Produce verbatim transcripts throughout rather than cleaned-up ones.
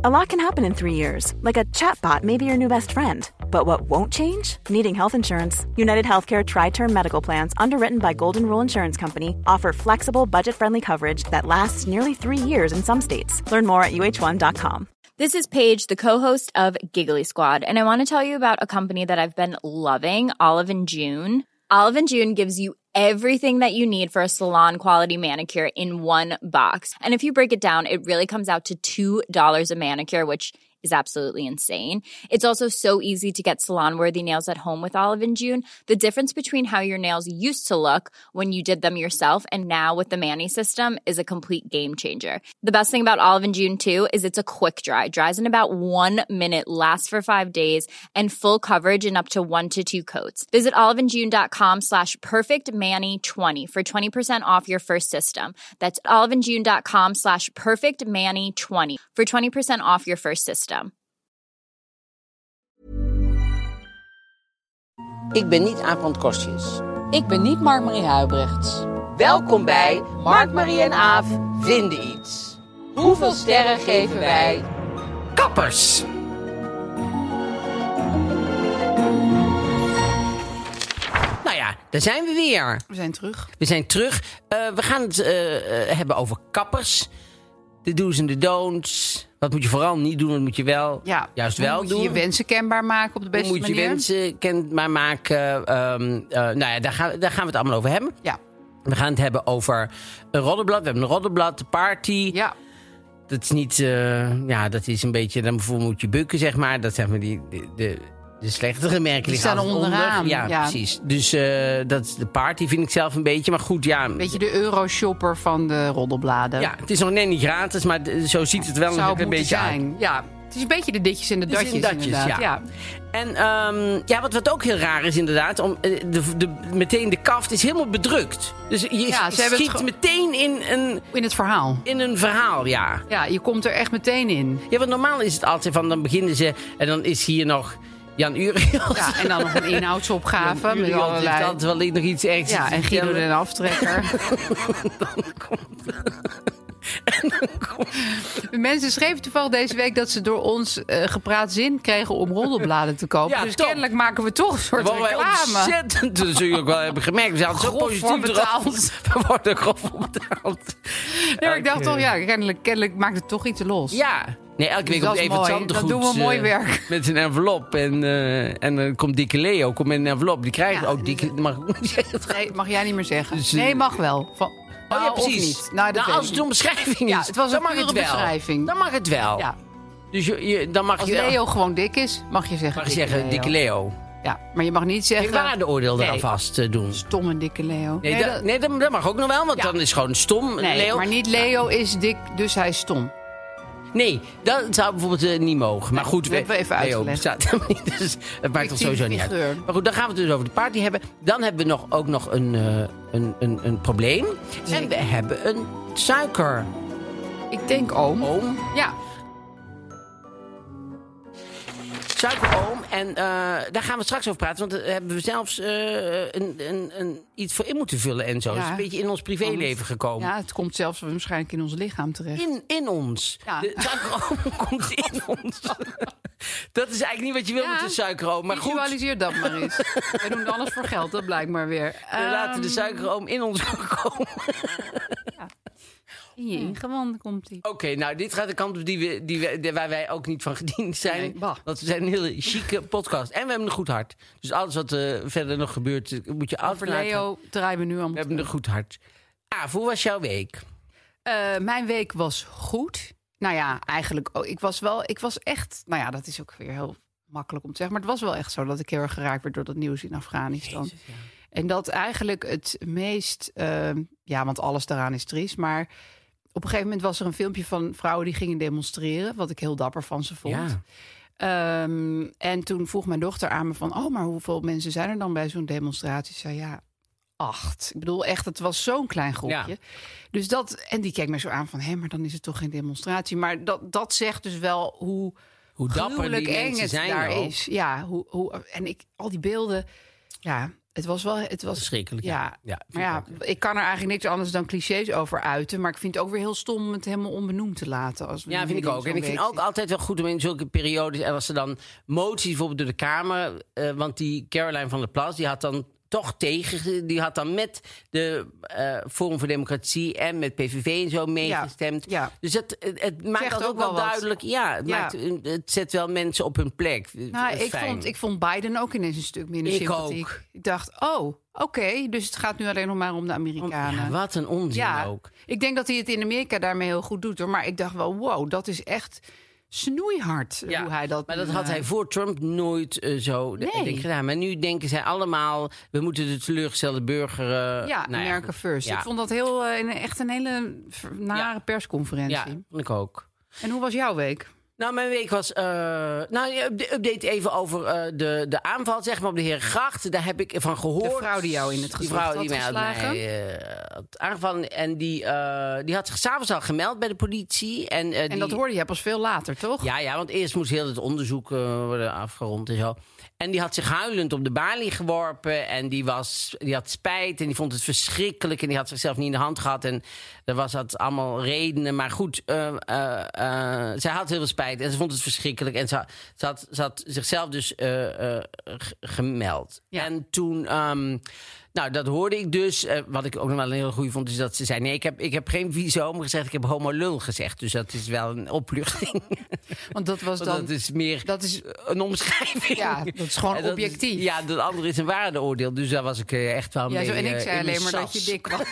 A lot can happen in three years, like a chatbot may be your new best friend. But what won't change? Needing health insurance. United Healthcare Tri-Term Medical Plans, underwritten by Golden Rule Insurance Company, offer flexible, budget-friendly coverage that lasts nearly three years in some states. Learn more at U H one dot com. This is Paige, the co-host of Giggly Squad, and I want to tell you about a company that I've been loving, Olive and June. Olive and June gives you everything that you need for a salon-quality manicure in one box. And if you break it down, it really comes out to two dollars a manicure, which is absolutely insane. It's also so easy to get salon-worthy nails at home with Olive and June. The difference between how your nails used to look when you did them yourself and now with the Mani system is a complete game changer. The best thing about Olive and June, too, is it's a quick dry. Dries in about one minute, lasts for five days, and full coverage in up to one to two coats. Visit oliveandjune.com slash perfectmani20 for twenty percent off your first system. That's oliveandjune.com slash perfectmani20 for twenty percent off your first system. Ik ben niet Aaf van Kostjes. Ik ben niet Mark-Marie Huibrechts. Welkom bij Mark-Marie en Aaf vinden iets. Hoeveel sterren geven wij kappers? Nou ja, daar zijn we weer. We zijn terug. We zijn terug. Uh, we gaan het uh, hebben over kappers. De do's en de don'ts. Wat moet je vooral niet doen, wat moet je wel ja, juist wel moet doen. Moet je je wensen kenbaar maken op de beste manier. Moet je manier. wensen kenbaar maken. Um, uh, nou ja, daar gaan, daar gaan we het allemaal over hebben. Ja. We gaan het hebben over een roddelblad. We hebben een roddelblad, de party. Ja. Dat is niet... Uh, ja, dat is een beetje... Dan bijvoorbeeld moet je bukken, zeg maar. Dat zijn maar die... De, de, de slechtere merken die liggen staan onderaan. Onder. Ja, ja, precies. Dus uh, dat is de party, vind ik zelf een beetje. Maar goed, ja... Beetje de euroshopper van de roddelbladen. Ja, het is nog net niet gratis, maar zo ziet het wel Zou een beetje zijn. uit. Ja, het is een beetje de ditjes en de Dus datjes, datjes inderdaad. ja. Ja. En um, ja, wat, wat ook heel raar is inderdaad, om, de, de, de, meteen de kaft is helemaal bedrukt. Dus je ja, ze schiet het ge- meteen in een... In het verhaal. In een verhaal, ja. Ja, je komt er echt meteen in. Ja, want normaal is het altijd van, dan beginnen ze en dan is hier nog... Jan Uriot. Ja, en dan nog een inhoudsopgave. Jan met Uriot allerlei... heeft altijd wel nog iets ergens. Ja, en Guido den Aftrekker. dan komt... En dan komt... De mensen schreven toevallig deze week dat ze door ons uh, gepraat zin kregen om roddelbladen te kopen. Ja, dus top. kennelijk maken we toch een soort Waar wij reclame. Ontzettend, dat zul je ook wel hebben gemerkt. We zijn altijd zo Grof positief voor betaald. erop. We worden grof voor betaald. Nee, maar ik dacht toch, ja, kennelijk, kennelijk maakt het toch iets los. Ja. Nee, elke week Dus komt dat is even het mooi. zandengoed. Dan doen we mooi werk. Met een envelop. En, uh, en dan komt Dikke Leo komt met een envelop. Die krijgt Ja, ook dikke... Dat mag ik niet zeggen. Nee, mag jij niet meer zeggen. Dus, uh, nee, mag wel. Van, Oh ja, nou, of precies. niet. Nou, dat nou, weet als ik het een beschrijving is, Ja, het was dan een mag het pure wel. beschrijving. Dan mag het wel. Ja. Dus je, je, dan mag Als je Leo gewoon dik is, mag je zeggen mag je dikke zeggen Dikke Leo. Ja, maar je mag niet zeggen... Geen waardeoordeel Nee. eraan vast uh, doen. Stomme dikke Leo. Nee, nee, dat, nee dat, dat mag ook nog wel, want Ja. dan is het gewoon stom, nee, Leo. maar niet Leo is dik, dus hij is stom. Nee, dat zou bijvoorbeeld uh, niet mogen. Maar goed, dat hebben we even Leo uitgelegd. bestaat helemaal niet, dus het maakt ons sowieso niet uit. Figuur. Maar goed, dan gaan we het dus over de party hebben. Dan hebben we nog, ook nog een, uh, een, een, een probleem. Zeker. En we hebben een suikeroom. Ik denk oom. Ja. Suikeroom. En uh, daar gaan we straks over praten. Want daar hebben we zelfs uh, een, een, een, iets voor in moeten vullen en zo. Ja. Dat is een beetje in ons privéleven gekomen. Ja, het komt zelfs waarschijnlijk in ons lichaam terecht. In, in ons. Ja. De suikeroom komt in ons. Dat is eigenlijk niet wat je wil Ja. met een suikeroom. Maar goed, Visualiseer dat maar eens. We doen alles voor geld, dat blijkt maar weer. we laten de Ehm, suikeroom in ons komen. In je ingewanden komt hij. Oké, nou, dit gaat de kant op die we, die we, de- waar wij ook niet van gediend zijn. Nee, bah. Want we zijn een hele chique podcast. En we hebben een goed hart. Dus alles wat uh, verder nog gebeurt, uh, moet je Over altijd laten. Leo draaien we nu allemaal We hebben een goed hart. Ah, hoe was jouw week? Uh, mijn week was goed. Nou ja, eigenlijk ook. Ik was wel, ik was echt, nou ja, dat is ook weer heel makkelijk om te zeggen. Maar het was wel echt zo dat ik heel erg geraakt werd door dat nieuws in Afghanistan. Jezus, ja. En dat eigenlijk het meest, uh, ja, want alles daaraan is triest. Maar op een gegeven moment was er een filmpje van vrouwen die gingen demonstreren. Wat ik heel dapper van ze vond. Ja. Um, en toen vroeg mijn dochter aan me van, oh, maar hoeveel mensen zijn er dan bij zo'n demonstratie? Ik zei, ja, acht. Ik bedoel, echt, het was zo'n klein groepje. Ja. Dus dat, en die keek me zo aan van, hé, maar dan is het toch geen demonstratie. Maar dat, dat zegt dus wel hoe, Hoe dapper gruwelijk die eng mensen het zijn daar ook. is. Ja, hoe, hoe, en ik, al die beelden, ja, Het was wel... Het was verschrikkelijk. Ja, ja. ja maar ja, ik, ik kan er eigenlijk niks anders dan clichés over uiten. Maar ik vind het ook weer heel stom om het helemaal onbenoemd te laten. Als we ja, vind ik ook. En ik vind ook altijd wel goed om in zulke periodes... en als er dan moties bijvoorbeeld door de Kamer... Uh, want die Caroline van der Plas, die had dan... toch tegen, die had dan met de uh, Forum voor Democratie en met P V V en zo meegestemd. Ja, ja. Dus het, het, het maakt dat ook, ook wel duidelijk. Wat. Ja, het, ja. Maakt, het zet wel mensen op hun plek. Nou, ik vond, ik vond Biden ook ineens een stuk minder ik sympathiek. Ook. Ik dacht, oh, oké, okay, dus het gaat nu alleen nog maar om de Amerikanen. Ja, wat een onzin ja, ook. Ik denk dat hij het in Amerika daarmee heel goed doet, hoor. Maar ik dacht wel, wow, dat is echt... snoeihard, ja, hoe hij dat... Maar dat had hij voor Trump nooit uh, zo nee. denk, gedaan. Maar nu denken zij allemaal... we moeten de teleurgestelde burger... Uh, ja, nou America ja, First. Ja. Ik vond dat heel, uh, echt een hele nare ja. persconferentie. Ja, vond ik ook. En hoe was jouw week? Nou, mijn week was... Uh, nou, update even over uh, de, de aanval, zeg maar, op de Herengracht. Daar heb ik van gehoord. De vrouw die jou in het gezicht had geslagen. Die mij uh, had aangevallen. En die, uh, die had zich s'avonds al gemeld bij de politie. En, uh, en die... dat hoorde je pas veel later, toch? Ja, ja, want eerst moest heel het onderzoek uh, worden afgerond en zo. En die had zich huilend op de balie geworpen. En die, was, die had spijt en die vond het verschrikkelijk. En die had zichzelf niet in de hand gehad. En er was dat allemaal redenen. Maar goed, uh, uh, uh, zij had heel veel spijt. En ze vond het verschrikkelijk. En ze, ze, had, ze had zichzelf dus uh, uh, g- gemeld. Ja. En toen... Um, Nou, dat hoorde ik dus. Uh, wat ik ook nog wel een heel goeie vond, is dat ze zei... nee, ik heb, ik heb geen vieze gezegd, ik heb homo lul gezegd. Dus dat is wel een opluchting. Want dat was dan... Want dat is meer dat is, een omschrijving. Ja, dat is gewoon dat objectief. Is, ja, dat andere is een waardeoordeel. Dus daar was ik uh, echt wel ja, mee. Zo, en ik zei uh, alleen maar sas. dat je dik was.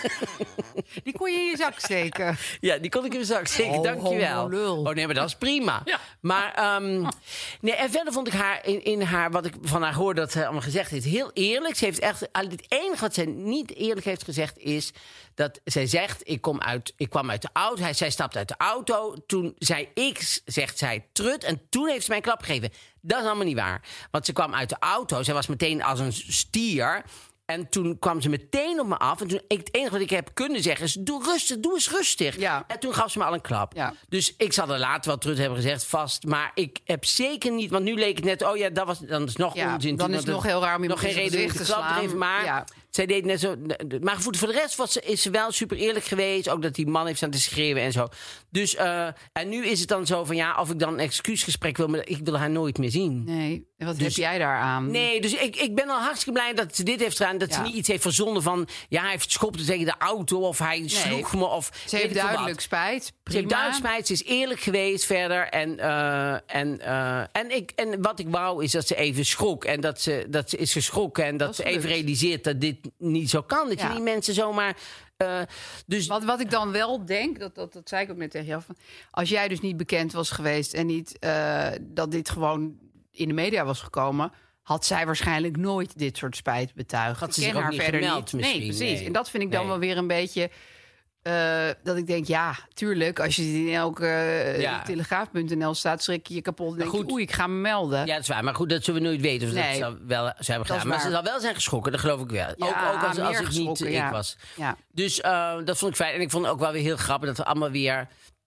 Die kon je in je zak steken. Ja, die kon ik in mijn zak steken, oh, dankjewel. Lul. Oh nee, maar dat is prima. Ja. Maar, um, nee, en verder vond ik haar in, in haar... wat ik van haar hoorde dat ze allemaal gezegd heeft... heel eerlijk. Ze heeft echt... Het enige wat zij niet eerlijk heeft gezegd is... dat zij zegt, ik, kom uit, ik kwam uit de auto. Hij, zij stapt uit de auto. Toen zei ik, zegt zij, trut. En toen heeft ze mij een klap gegeven. Dat is allemaal niet waar. Want ze kwam uit de auto. Zij was meteen als een stier... En toen kwam ze meteen op me af. En toen, ik, het enige wat ik heb kunnen zeggen is... doe rustig, doe eens rustig. Ja. En toen gaf ze me al een klap. Ja. Dus ik zal er later wel terug hebben gezegd, vast. Maar ik heb zeker niet... Want nu leek het net... Oh ja, dat was, dan is nog ja, onzin. Dan is het nog heel raar om nog geen reden om te klap te geven. Maar ja. zij deed net zo... Maar goed, voor de rest was ze, is ze wel super eerlijk geweest. Ook dat die man heeft staan te schreeuwen en zo. Dus, uh, en nu is het dan zo van... Ja, of ik dan een excuusgesprek wil... Maar ik wil haar nooit meer zien. Nee, en wat dus, heb jij daar aan? Nee, dus ik, ik ben al hartstikke blij dat ze dit heeft gedaan. Dat ja. ze niet iets heeft verzonnen van... Ja, hij heeft schopte tegen de auto. Of hij nee. sloeg me. Of ze heeft duidelijk spijt. Prima. Ze heeft duidelijk spijt. Ze is eerlijk geweest verder. En, uh, en, uh, en, ik, en wat ik wou is dat ze even schrok. En dat ze, dat ze is geschrokken. En dat, dat ze even realiseert dat dit niet zo kan. Dat ja. je die mensen zomaar... Uh, dus... wat, wat ik dan wel denk, dat, dat, dat zei ik ook net tegen jou... Van, als jij dus niet bekend was geweest... en niet uh, dat dit gewoon in de media was gekomen... had zij waarschijnlijk nooit dit soort spijt betuigd. Had ze ik ken zich haar ook niet verder gemeld, niet. Nee, precies. Nee. En dat vind ik dan nee. wel weer een beetje... Uh, dat ik denk, ja, tuurlijk, als je in elke uh, ja. telegraaf punt n l staat... schrik je je kapot en denk je, oei, ik ga me melden. Ja, dat is waar. Maar goed, dat zullen we nooit weten. Of nee. dat ze wel ze hebben gedaan. Maar ze zal wel zijn geschrokken, dat geloof ik wel. Ja, ook, ook als, als ik niet ja. ik was. Ja. Dus uh, dat vond ik fijn. En ik vond het ook wel weer heel grappig dat we allemaal weer...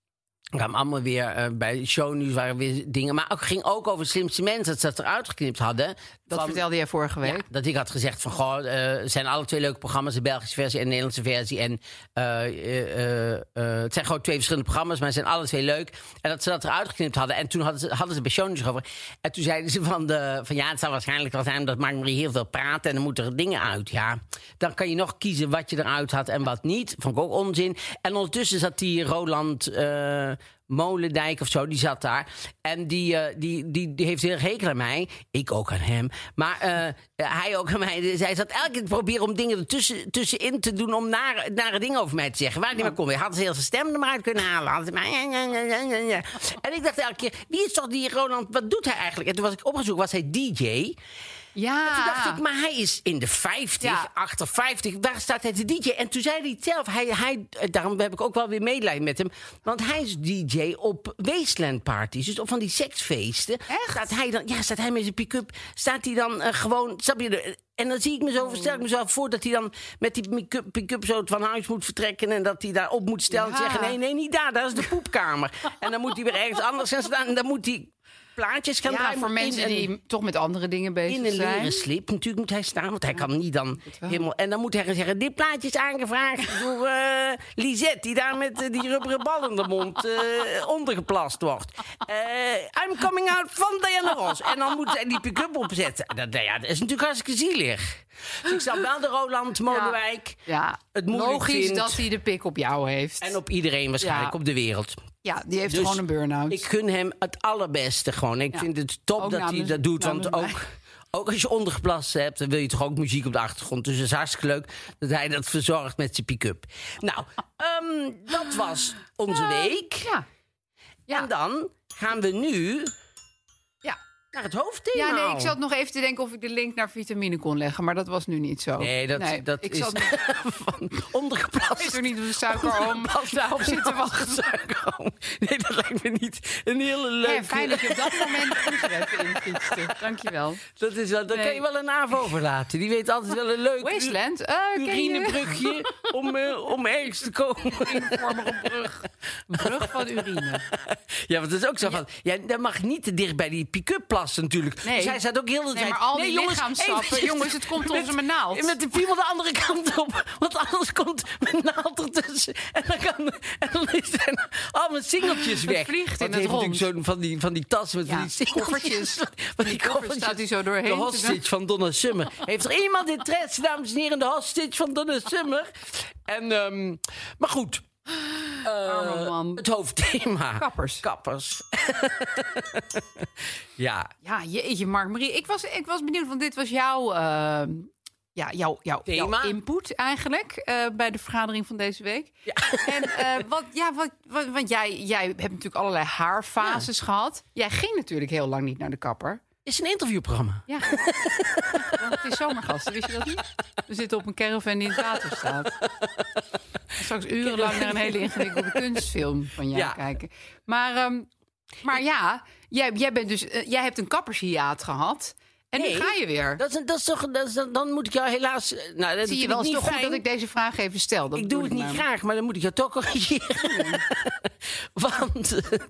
We kwamen allemaal weer uh, bij shownieuws waren weer dingen. Maar het ging ook over slimste mensen dat ze dat eruit geknipt hadden. Dat van, vertelde jij vorige week. Ja, dat ik had gezegd van, goh, uh, zijn alle twee leuke programma's. De Belgische versie en de Nederlandse versie. En uh, uh, uh, uh, het zijn gewoon twee verschillende programma's, maar ze zijn alle twee leuk. En dat ze dat eruit geknipt hadden. En toen hadden ze, hadden ze bij shownieuws over. En toen zeiden ze van, de, van ja, het zou waarschijnlijk wel zijn dat Mark-Marie heel veel praat. En dan moeten er dingen uit. Ja, dan kan je nog kiezen wat je eruit had en wat niet. Vond ik ook onzin. En ondertussen zat die Roland... Uh, Molendijk of zo, die zat daar. En die, uh, die, die, die heeft heel erg hekel aan mij. Ik ook aan hem. Maar uh, hij ook aan mij. Zij zat elke keer te proberen om dingen ertussen, tussenin te doen... om nare, nare dingen over mij te zeggen. Waar ik niet meer kon. Hij had ze heel zijn stem er maar uit kunnen halen. Had maar, ja, ja, ja, ja, ja. En ik dacht elke keer, wie is toch die Roland? Wat doet hij eigenlijk? En toen was ik opgezocht, was hij D J... Ja. En toen dacht ik, maar hij is in de vijftig, ja. achter vijftig. Waar staat hij te D J? En toen zei hij het zelf. Hij, hij, daarom heb ik ook wel weer medelijden met hem. Want hij is D J op Wasteland parties. Dus op van die seksfeesten. Echt? Staat hij dan, ja, staat hij met zijn pick-up. Staat hij dan uh, gewoon... Snap je, en dan zie ik me zo, oh. stel ik mezelf voor dat hij dan met die pick-up zo van huis moet vertrekken. En dat hij daar op moet stellen. Ja. En zeggen, nee, nee, niet daar. Dat is de poepkamer. En dan moet hij weer ergens anders gaan staan. En dan moet hij... plaatjes gaan Ja, draaien. voor mensen een, die toch met andere dingen bezig in een zijn. leren slip natuurlijk moet hij staan. Want hij kan niet dan helemaal... En dan moet hij gaan zeggen... Dit plaatje is aangevraagd door uh, Lisette... die daar met uh, die rubberen bal in de mond uh, ondergeplast wordt. Uh, I'm coming out van Diana Ross. En dan moet hij die pick-up opzetten. Dat, ja, dat is natuurlijk hartstikke zielig. Dus ik zal wel de Roland Molenwijk... Ja, het moeilijk logisch vindt. dat hij de pik op jou heeft. En op iedereen waarschijnlijk, Ja. op de wereld. Ja, die heeft Dus gewoon een burn-out. Ik gun hem het allerbeste gewoon. Ik Ja. vind het top Ook dat hij namens- dat doet. Want namens ook, ook als je ondergeplast hebt, dan wil je toch ook muziek op de achtergrond. Dus het is hartstikke leuk dat hij dat verzorgt met zijn pick-up. Nou, um, dat was onze week. Ja. Ja. En dan gaan we nu Ja. naar het hoofdthema. Ja, nee, ik zat nog even te denken of ik de link naar vitamine kon leggen, maar dat was nu niet zo. Nee, dat, dat ik is zat van ondergeplast. is er niet op de suikeroom daarop zitten wachten. Suikeroom. Nee, dat lijkt me niet een hele leuke... Hey, fijn dat je op dat moment er even in fietste. Dankjewel. Dat is wel, daar Nee. kan je wel een naaf overlaten. Die weet altijd wel een leuk Wasteland, uh, urinebrugje om, uh, om ergens te komen. Urinevormige brug. Brug van urine. Ja, want dat is ook zo van... Ja, dat mag niet te dicht bij die pick-up plassen natuurlijk. Nee. Dus hij staat ook heel de tijd... Nee, maar al die jongens, lichaamsstappen, eventjes jongens, het komt onze met- naald. Met de piemel de andere kant op. Want anders komt mijn naald ertussen. En dan, kan, en dan zijn allemaal singeltjes weg. vliegt in Want het heeft rond. natuurlijk zo'n van die, van die tassen met Ja, van die singeltjes. koffertjes. Van Die koffer staat hij zo doorheen De te doen. hostage van Donna Summer. Heeft er iemand interesse, dames en heren, de hostage van Donna Summer? En, um, maar goed. Uh, Arme man. Het hoofdthema. Kappers. Kappers. Ja. Ja, jeetje, Mark-Marie. Ik was, ik was benieuwd, want dit was jouw, uh, ja, jouw, jouw, Thema? jouw input eigenlijk uh, bij de vergadering van deze week. Ja. En uh, wat, ja, wat, wat, want jij, jij hebt natuurlijk allerlei haarfases gehad. Jij ging natuurlijk heel lang niet naar de kapper. Is een interviewprogramma. Ja, want het is zomergasten, wist je dat niet? We zitten op een caravan die in het water staat. Straks urenlang naar een hele ingewikkelde kunstfilm van jou Ja. kijken. Maar, um, maar ja, jij, jij, bent dus, uh, jij hebt een kappershiaat gehad. En Nee, nu ga je weer. Dat is, dat is toch, dat is, dan moet ik jou helaas... Nou, dat Zie je vind wel, ik is niet toch goed fijn. dat ik deze vraag even stel. Dat Ik doe bedoel het niet maar. graag, maar dan moet ik jou toch corrigeren. Want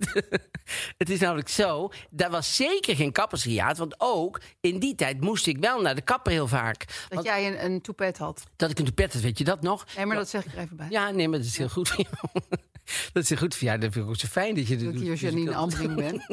het is namelijk zo, dat was zeker geen kappersriaat. Want ook in die tijd moest ik wel naar de kapper heel vaak. Dat Want, jij een, een toepet had. dat ik een toepet had, weet je dat nog? Nee, maar dat zeg ik er even bij. Ja, nee, maar dat is heel goed voor jou. Dat is heel goed voor jou. Dat vind ik ook zo fijn dat je dit Dat ik doet. hier Dus ik Janine wil- Ambring ben.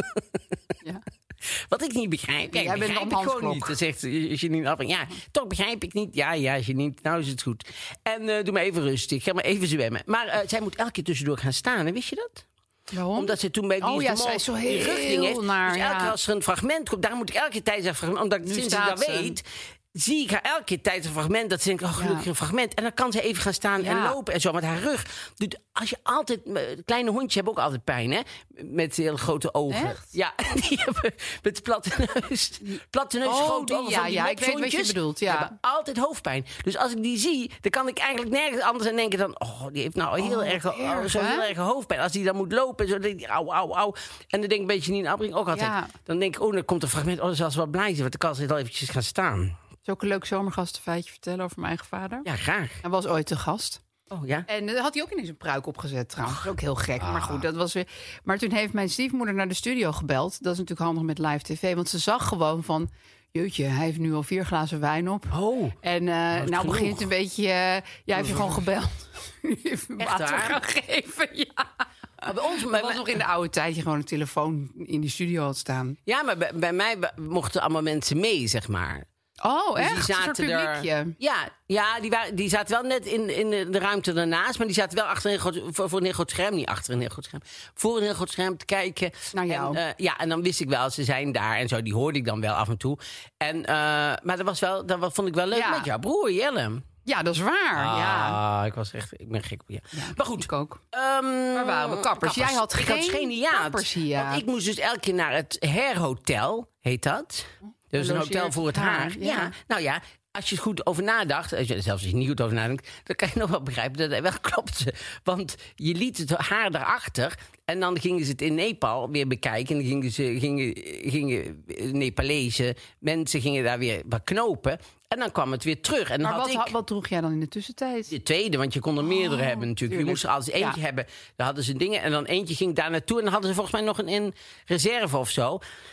Ja. Wat ik niet begrijp. Kijk, Jij bent begrijp dan ik gewoon Hans niet. Klok. Dan zegt Janine Apping, ja, toch begrijp ik niet. Ja, ja, Janine, nou is het goed. En uh, doe maar even rustig. Ga maar even zwemmen. Maar uh, zij moet elke keer tussendoor gaan staan. En wist je dat? Waarom? Omdat ze toen bij die Oh ja, de Mol zij is zo die heel rugding heeft. naar, Dus elke ja. keer als er een fragment komt, daar moet ik elke keer tijdens een fragment... Omdat ik Nu sinds ik staat dat ze. weet... zie ik haar elke keer tijdens een fragment... dat ze denkt, oh, gelukkig Ja. een fragment. En dan kan ze even gaan staan en Ja. lopen en zo. Met haar rug. Dus als je altijd... Kleine hondjes hebben ook altijd pijn, hè? Met hele grote ogen. Echt? Ja, die hebben met platte neus. Platte neus, Oh, grote die, ogen. ja, van die ja, ik weet wat je mopshondjes. bedoelt, ja. Die hebben altijd hoofdpijn. Dus als ik die zie, dan kan ik eigenlijk nergens anders aan denken dan... oh, die heeft nou heel Oh, erg, erg, zo hè? heel erg hoofdpijn. Als die dan moet lopen, zo denk ik, au, au, au. En dan denk ik een beetje Nina Abbring ook altijd. Ja. Dan denk ik, oh, dan komt een fragment. Oh, dan zal ze wel blij zijn, want dan kan ze wel eventjes gaan staan. Zal ik een leuk zomergastenfeitje vertellen over mijn eigen vader? Ja, graag. Hij was ooit te gast. Oh, ja? En dan had hij ook ineens een pruik opgezet trouwens. Dat is ook heel gek. Maar goed, dat was weer... Maar toen heeft mijn stiefmoeder naar de studio gebeld. Dat is natuurlijk handig met live tv. Want ze zag gewoon van... Jeetje, hij heeft nu al vier glazen wijn op. Oh. En uh, nou genoeg. begint het een beetje... Uh, jij heeft je gewoon gebeld. Even Echt water waar? gaan geven, ja. Maar bij ons... Dat Bij, was nog in de oude tijd je gewoon een telefoon in die studio had staan. ja, maar bij, bij mij be- mochten allemaal mensen mee, zeg maar. Oh, Dus echt? die Een soort zaten er. publiekje. Ja, ja die, waren, die zaten wel net in, in de, de ruimte daarnaast. Maar die zaten wel achter een heel groot, voor, voor een heel groot scherm. Niet achter een heel groot scherm. Voor een heel groot scherm te kijken. Naar jou. En, uh, ja, en dan wist ik wel, ze zijn daar en zo. Die hoorde ik dan wel af en toe. En, uh, maar dat was wel, dat vond ik wel leuk Ja. met jouw broer, Jelle. Ja, dat is waar. Ah, Ja. ik was echt, ik ben gek op je. Maar goed. Ik ook. Um, Waar waren we? Kappers. Jij had ik had geen geen hiaat. kappershiaat. Want ik moest dus elke keer naar het Hairhotel, heet dat. Dus een Logeert hotel voor het haar. haar, Ja. ja. Nou ja, als je er goed over nadacht, als je, zelfs als je niet goed over nadenkt, dan kan je nog wel begrijpen dat het wel klopte. Want je liet het haar erachter en dan gingen ze het in Nepal weer bekijken. En dan gingen, ze, gingen, gingen Nepalese mensen gingen daar weer wat knopen. En dan kwam het weer terug. En dan Maar had wat, ik... ha- wat droeg jij dan in de tussentijd? De tweede, want je kon er meerdere Oh, hebben natuurlijk. tuurlijk. Je moest er altijd eentje Ja. hebben. Daar hadden ze dingen. En dan eentje ging daar naartoe. En dan hadden ze volgens mij nog een in reserve of zo.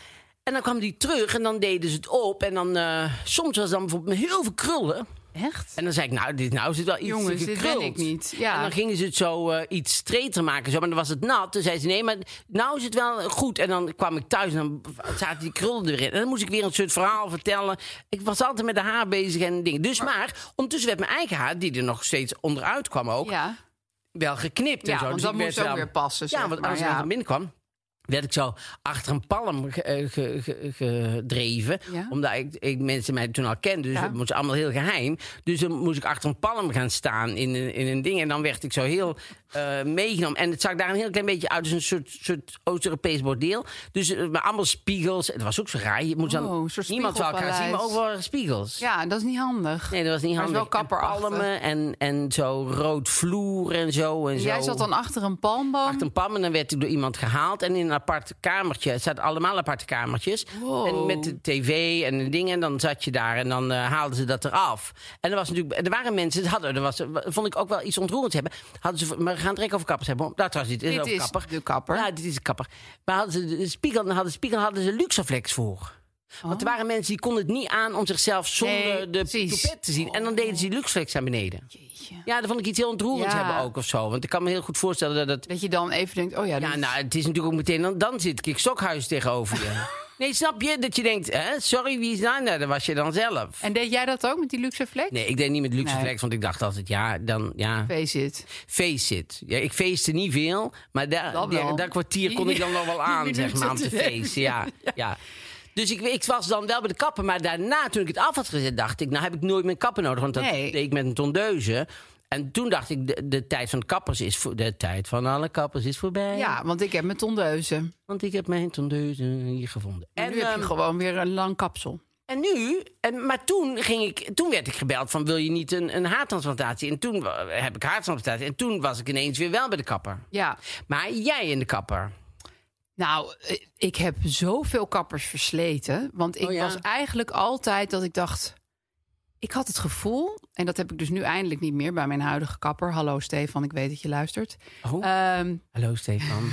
En dan kwam die terug en dan deden ze het op. En dan, uh, soms was het dan bijvoorbeeld met heel veel krullen. Echt? En dan zei ik, nou, dit nou is het wel iets Jongens, gekruld. dit ben ik niet. Ja. En dan gingen ze het zo uh, iets streter maken. Zo, maar dan was het nat. Toen zei ze, nee, maar nou is het wel goed. En dan kwam ik thuis en dan zaten die krullen erin. En dan moest ik weer een soort verhaal vertellen. Ik was altijd met de haar bezig en dingen. Dus maar, maar ondertussen werd mijn eigen haar, die er nog steeds onderuit kwam ook, ja. wel geknipt en ja, zo. Want dus dat ik moest werd ook wel, weer passen. Ja, want als maar, ik ja. naar binnen kwam, werd ik zo achter een palm ge, ge, ge, gedreven. Ja? Omdat ik, ik mensen mij toen al kenden. Dus Ja. dat moest allemaal heel geheim. Dus dan moest ik achter een palm gaan staan in, een- in een ding. En dan werd ik zo heel uh, meegenomen. En het zag daar een heel klein beetje uit. Dus een soort, soort Oost-Europees bordeel. Dus uh, met allemaal spiegels. Het was ook zo raar. Je moet dan, Oh, een soort niemand zou elkaar zien, maar spiegelpaleis. overal spiegels. Ja, dat is niet handig. Nee, dat was niet Maar het is handig. wel kapperachtig. En palmen en, en zo rood vloer en zo. En En zo. jij zat dan achter een palmboom? Achter een palm en dan werd ik door iemand gehaald. En in een apart kamertje. Het zaten allemaal aparte kamertjes. Wow. En met de tv en de dingen. En dan zat je daar en dan uh, haalden ze dat eraf. En er, was natuurlijk, er waren mensen, het hadden, er was, vond ik ook wel iets ontroerends hebben. Hadden ze, maar we gaan het direct over kappers hebben. Dat was dit, Dit over is kapper. de kapper. Ja, dit is een kapper. Maar hadden ze de spiegel, dan hadden, spiegel, hadden ze Luxaflex voor. Want er waren mensen die konden het niet aan om zichzelf zonder Nee, de precies. toepet te zien. En dan deden ze die Luxaflex naar beneden. Jeetje. Ja, dat vond ik iets heel ontroerends Ja. hebben ook of zo. Want ik kan me heel goed voorstellen dat het... Dat je dan even denkt, oh ja, Ja, dit is- nou, het is natuurlijk ook meteen... Dan, dan zit ik Stokhuis tegenover je. Nee, snap je? Dat je denkt, hè, sorry, wie is daar? Nou, dat was je dan zelf. En deed jij dat ook met die luxe flex? Nee, ik deed niet met Luxaflex, Nee. want ik dacht altijd, ja, dan, ja... Face it. Face it. Ja, ik feestte niet veel, maar daar, Dat wel. die- dat kwartier kon ik dan nog wel aan, Die zeg maar, om te minuten. feesten. Ja, ja. Dus ik, ik was dan wel bij de kapper, maar daarna, toen ik het af had gezet, dacht ik, nou heb ik nooit mijn kapper nodig, want dat Nee. deed ik met een tondeuze. En toen dacht ik, de, de tijd van de kappers is voor, de tijd van alle kappers is voorbij. Ja, want ik heb mijn tondeuze. Want ik heb mijn tondeuze hier gevonden. En En, nu heb ehm, je gewoon weer een lang kapsel. en nu, en, maar toen, ging ik, toen werd ik gebeld van, wil je niet een, een haartransplantatie? En toen wa- heb ik haartransplantatie. En toen was ik ineens weer wel bij de kapper. Ja. Maar jij in de kapper. Nou, eh, ik heb zoveel kappers versleten. Want ik Oh ja? was eigenlijk altijd dat ik dacht... Ik had het gevoel, en dat heb ik dus nu eindelijk niet meer bij mijn huidige kapper. Hallo Stefan, ik weet dat je luistert. Oh. Ehm, Hallo Stefan.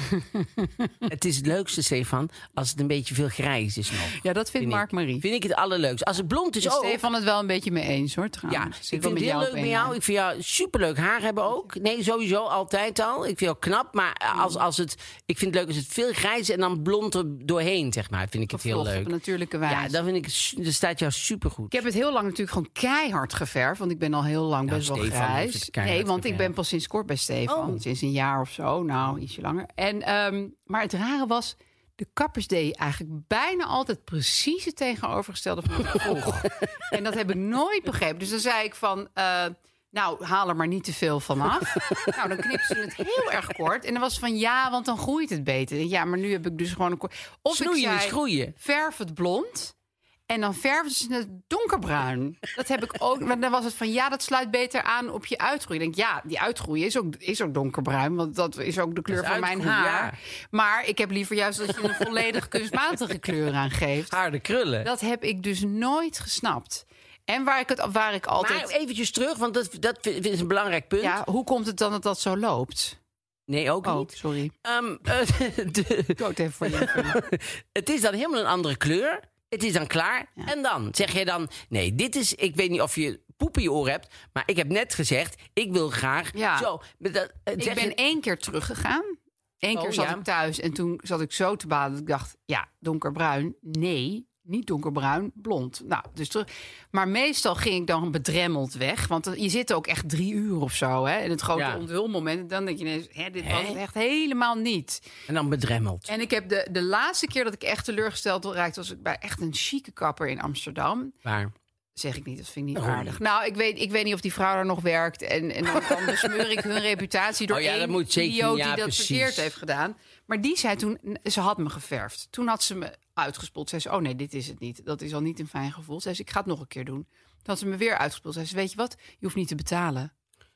Het is het leukste, Stefan, als het een beetje veel grijs is nog. ja, dat vindt ik. Mark Marie. Vind ik het allerleukst. Als het blond is Is ook. Stefan het wel een beetje mee eens, hoor. Ja, Trouwens. ik Zit vind wel het heel jou leuk op met één jou. lijn. Ik vind jou superleuk haar hebben ook. Nee, sowieso, altijd al. Ik vind jou knap. Maar als, als het, ik vind het leuk als het veel grijs is en dan blond er doorheen, zeg maar. Vind ik het heel Gevlochten leuk. op een natuurlijke wijze. Ja, dan vind ik, su- dat staat jou supergoed. Ik heb het heel lang natuurlijk gewoon keihard geverfd. Want ik ben al heel lang Nou, best wel Stefan heeft grijs. het keihard Nee, want ik geverfd. ben pas sinds kort bij Stefan. Oh. Sinds een jaar of zo. Nou, ietsje langer. En, ehm, maar het rare was... De kappers deden eigenlijk bijna altijd precies het tegenovergestelde van wat ik vroeg. En dat heb ik nooit begrepen. Dus dan zei ik van... eh, nou, haal er maar niet te veel vanaf. Nou, dan knipten ze het heel erg kort. En dan was het van ja, want dan groeit het beter. Ja, maar nu heb ik dus gewoon een kort... Of Snoeien ik is zei, groeien. verf het blond. En dan verven ze het donkerbruin. Dat heb ik ook. Maar dan was het van ja, dat sluit beter aan op je uitgroei. Ik denk ja, die uitgroei is ook, is ook donkerbruin. Want dat is ook de kleur is van mijn uitgroei, haar. ja. Maar ik heb liever juist dat je een volledig kunstmatige kleur aan geeft. Harde krullen. Dat heb ik dus nooit gesnapt. En waar ik, het, waar ik altijd... Maar eventjes terug, want dat, dat vind- is een belangrijk punt. ja, hoe komt het dan dat dat zo loopt? Nee, ook Oh, niet. sorry. Ehm, eh, de- Ik doe het even voor je. het is dan helemaal een andere kleur. Het is dan klaar. Ja. En dan zeg je dan... Nee, dit is... Ik weet niet of je poep in je oor hebt. Maar ik heb net gezegd... Ik wil graag Ja. zo... met dat- eh, Ik zeg ben je- één keer teruggegaan. Eén Oh, keer zat ja. ik thuis en toen zat ik zo te baden dat ik dacht, ja, donkerbruin. Nee, niet donkerbruin, blond. Nou, dus terug. Maar meestal ging ik dan bedremmeld weg. Want je zit ook echt drie uur of zo, hè. In het grote Ja. onthulmoment. En dan denk je ineens, hè, dit Hè? was het echt helemaal niet. En dan bedremmeld. En ik heb de, de laatste keer dat ik echt teleurgesteld raakte, was ik bij echt een chique kapper in Amsterdam. Waar? Zeg ik niet, dat vind ik niet Waarom aardig. niet? Nou, ik weet, ik weet niet of die vrouw daar nog werkt. En, en dan, dan besmeur ik hun reputatie door Oh ja, dat één moet zeker idioot niet. Ja, die dat precies. verkeerd heeft gedaan. Maar die zei toen, ze had me geverfd. Toen had ze me uitgespoeld. Zei ze, oh nee, dit is het niet. Dat is al niet een fijn gevoel. Zei ze, ik ga het nog een keer doen. Toen had ze me weer uitgespoeld. Zei ze, weet je wat? Je hoeft niet te betalen.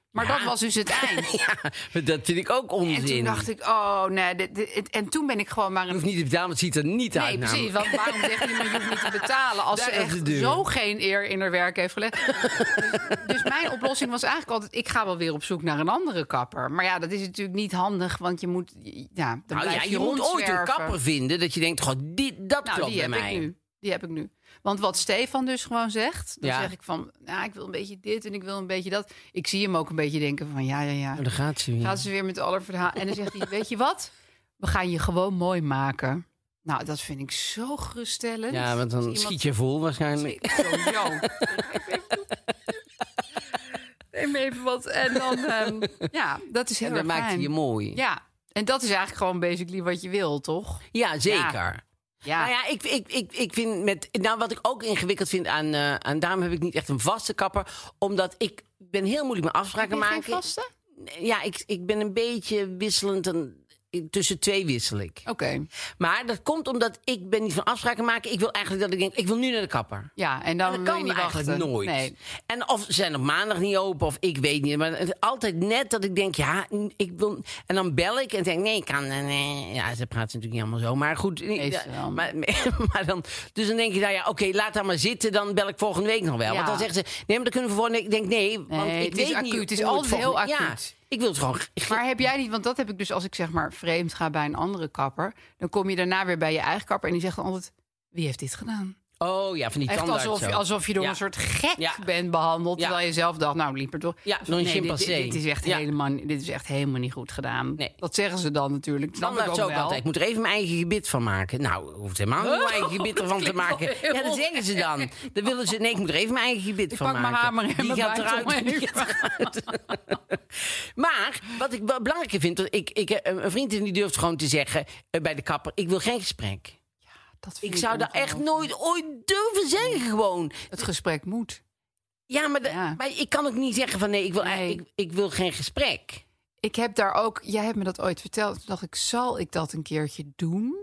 Maar Ja. dat was dus het eind. Ja, dat vind ik ook onzin. En toen dacht ik, oh nee. Dit, dit- en toen ben ik gewoon maar Je een... hoeft niet te betalen, want het ziet er niet Nee, uit. precies. namelijk. Want waarom zeg je, maar je hoeft niet te betalen als Daar ze is de echt deur. zo geen eer in haar werk heeft gelegd. dus, dus mijn oplossing was eigenlijk altijd, ik ga wel weer op zoek naar een andere kapper. Maar ja, dat is natuurlijk niet handig, want je moet, ja, dan Nou blijf ja, je, je moet ooit een rondzwerven. kapper vinden dat je denkt, goh, dit, dat Nou, klopt die bij heb mij. ik nu. Die heb ik nu. Want wat Stefan dus gewoon zegt, dan Ja. zeg ik van, ja, ik wil een beetje dit en ik wil een beetje dat. Ik zie hem ook een beetje denken van, ja, ja, ja. Oh, daar gaat ze weer. Gaat ze weer met alle verhalen. En dan zegt hij, weet je wat? We gaan je gewoon mooi maken. Nou, dat vind ik zo geruststellend. Ja, want dan Als iemand- schiet je vol waarschijnlijk. Sowieso. Neem even wat. En dan, ehm, ja, dat is heel En dan erg maakt hij fijn. je mooi. Ja, en dat is eigenlijk gewoon basically wat je wil, toch? Ja, zeker. Ja. Nou ja, ik, ik, ik, ik vind met. Nou, wat ik ook ingewikkeld vind aan. Uh, aan daarom heb ik niet echt een vaste kapper. Omdat ik ben heel moeilijk met afspraken Heb je geen maken. vaste? Ja, ik, ik ben een beetje wisselend. En, tussen twee wissel ik. Oké. Maar dat komt omdat ik ben niet van afspraken maken. Ik wil eigenlijk dat ik denk, ik wil nu naar de kapper. Ja, en dan En dat wil je kan niet eigenlijk wachten. nooit. Nee. En of ze zijn op maandag niet open, of ik weet niet. Maar het is altijd net dat ik denk, ja, ik wil. En dan bel ik en denk, nee, ik kan. Nee. Ja, ze praten natuurlijk niet allemaal zo. Maar goed. Meestal wel. Maar, maar dan, dus dan denk je, nou ja, oké, laat dat maar zitten. Dan bel ik volgende week nog wel. Ja. Want dan zeggen ze, nee, maar dan kunnen we volgende week. Ik denk, nee, want Nee, ik het is weet niet. acuut. Het is hoe altijd heel volgende- acuut. Ja, ik wil het gewoon. Maar heb jij niet, want dat heb ik dus als ik zeg maar vreemd ga bij een andere kapper. Dan kom je daarna weer bij je eigen kapper en die zegt dan altijd, wie heeft dit gedaan? Oh ja, van die Echt tandarts. alsof, zo. alsof je door Ja. een soort gek Ja. bent behandeld. Ja. Terwijl je zelf dacht, nou liep er toch. Ja, Of, door een nee, dit, chimpansee. dit, dit is echt Ja. helemaal, dit is echt helemaal niet goed gedaan. Nee. Dat zeggen ze dan natuurlijk. Snap ik Tandarts ook ook wel. altijd. Ik moet er even mijn eigen gebit van maken. Nou, hoeft helemaal niet mijn eigen gebit ervan te klinkt wel maken. heel Ja, dat zeggen ze dan. Dan willen ze, nee, ik moet er even mijn eigen gebit Ik van pak maken. mijn hamer en Die mijn gaat bijt eruit. om Die even. gaat eruit. Maar wat ik wel belangrijker vind, dat ik, ik heb een vriend die durft gewoon te zeggen uh, bij de kapper, ik wil geen gesprek. Dat vind Ik zou dat echt nooit ooit durven zeggen gewoon. Het gesprek moet. Ja, maar, de- Ja. maar ik kan ook niet zeggen van nee, ik wil, Nee. ik, ik wil geen gesprek. Ik heb daar ook, jij hebt me dat ooit verteld. Toen dacht ik, zal ik dat een keertje doen?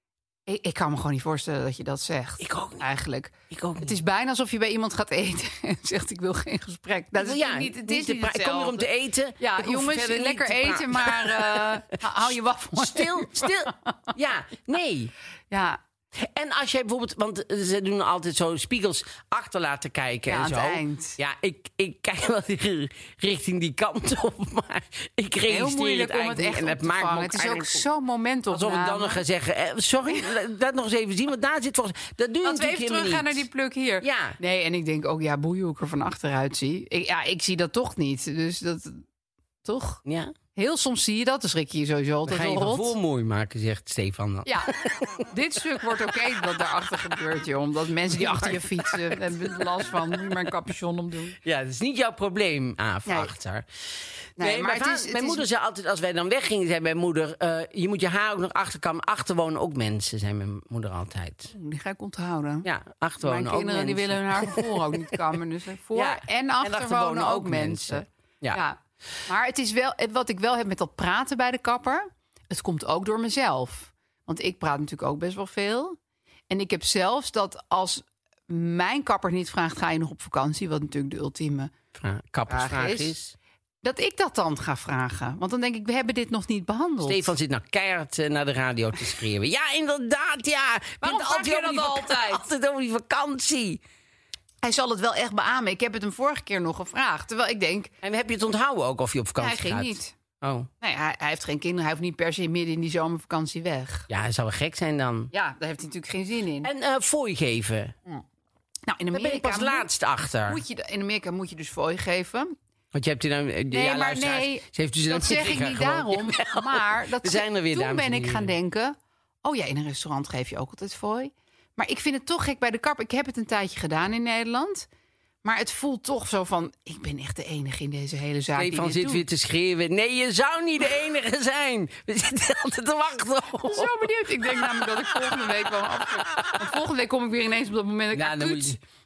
Ik, ik kan me gewoon niet voorstellen dat je dat zegt. Ik ook niet. Eigenlijk. Ik ook niet. Het is bijna alsof je bij iemand gaat eten en zegt, ik wil geen gesprek. Dat is ja, niet, het is te niet pra- ik kom hier om te hetzelfde. eten. Ja, Ik hoef jongens, verder niet lekker te eten, praten. maar uh, hou je waffel. Stil, stil. Ja, nee. Ja, En als jij bijvoorbeeld, want ze doen altijd zo spiegels achter laten kijken Ja, en aan zo. het eind. Ja, ik, ik kijk wel richting die kant op, maar ik registreer heel moeilijk het om het eigenlijk echt niet. op En te maakt me vangen. Het is ook eigenlijk- zo'n momentopname. alsof ik dan nog ga zeggen, eh, sorry, dat nog eens even zien, want daar zit volgens dat doe je Laten we natuurlijk even helemaal teruggaan naar niet. die pluk hier. Ja. Nee, en ik denk ook, ja, boeien hoe ik er van achteruit zie. Ik, ja, ik zie dat toch niet. Dus dat, toch? Ja, Heel soms zie je dat, dan schrik je je sowieso dan altijd ga je wel van rot. voor mooi maken, zegt Stefan dan. Ja, dit stuk wordt oké dat daarachter gebeurt, joh. Omdat mensen die achter je fietsen, hebben er last van. Moet je maar een capuchon omdoen. Ja, dat is niet jouw probleem, Aaf, Nee. achter. Nee, Nee, maar mijn, het va- is- het mijn is- moeder zei altijd, als wij dan weggingen, zei mijn moeder, eh, je moet je haar ook nog achterkammen. Achterwonen ook mensen, zei mijn moeder altijd. Die ga ik onthouden. Ja, achterwonen Mijn ook kinderen die mensen. willen hun haar van voor ook niet kammen. Dus voor Ja, en achter, achter wonen ook mensen. Ja. Ja. Maar het is wel, wat ik wel heb met dat praten bij de kapper, het komt ook door mezelf. Want ik praat natuurlijk ook best wel veel. En ik heb zelfs dat als mijn kapper niet vraagt, ga je nog op vakantie? Wat natuurlijk de ultieme, Vra- Kappersvraag Vraag is. is- dat ik dat dan ga vragen. Want dan denk ik, we hebben dit nog niet behandeld. Stefan zit nou keihard eh, naar de radio te schreeuwen. Ja, inderdaad, ja. Waarom Vindt vraag je over dat die vak- altijd? Altijd over die vakantie. Hij zal het wel echt beamen. Ik heb het hem vorige keer nog gevraagd. Terwijl ik denk, En heb je het onthouden ook of je op hij vakantie ging gaat? niet. Oh, Nee, hij, hij heeft geen kinderen. Hij hoeft niet per se midden in die zomervakantie weg. ja, dat zou wel gek zijn dan. Ja, daar heeft hij natuurlijk geen zin in. En eh fooi geven. Nou, in Daar ben ik Amerika, pas moet, laatst achter. moet je, in Amerika moet je dus fooi geven. Want je hebt hier nou... eh, Nee, ja, maar luisteraars, nee, ze heeft dus dat een zeg ik trigger niet gewoon. daarom. Jawel. Maar dat We zijn er weer, toen dames en ben ik gaan heren. denken, oh ja, in een restaurant geef je ook altijd fooi. Maar ik vind het toch gek bij de kapper. Ik heb het een tijdje gedaan in Nederland. Maar het voelt toch zo van, ik ben echt de enige in deze hele zaak die Stefan dit zit doet. weer te schreeuwen. Nee, je zou niet de enige zijn. We zitten altijd te wachten op. Zo benieuwd. Ik denk namelijk dat ik volgende week wel af. Want volgende week kom ik weer ineens op dat moment dat ik Ja, dan acuut moet je-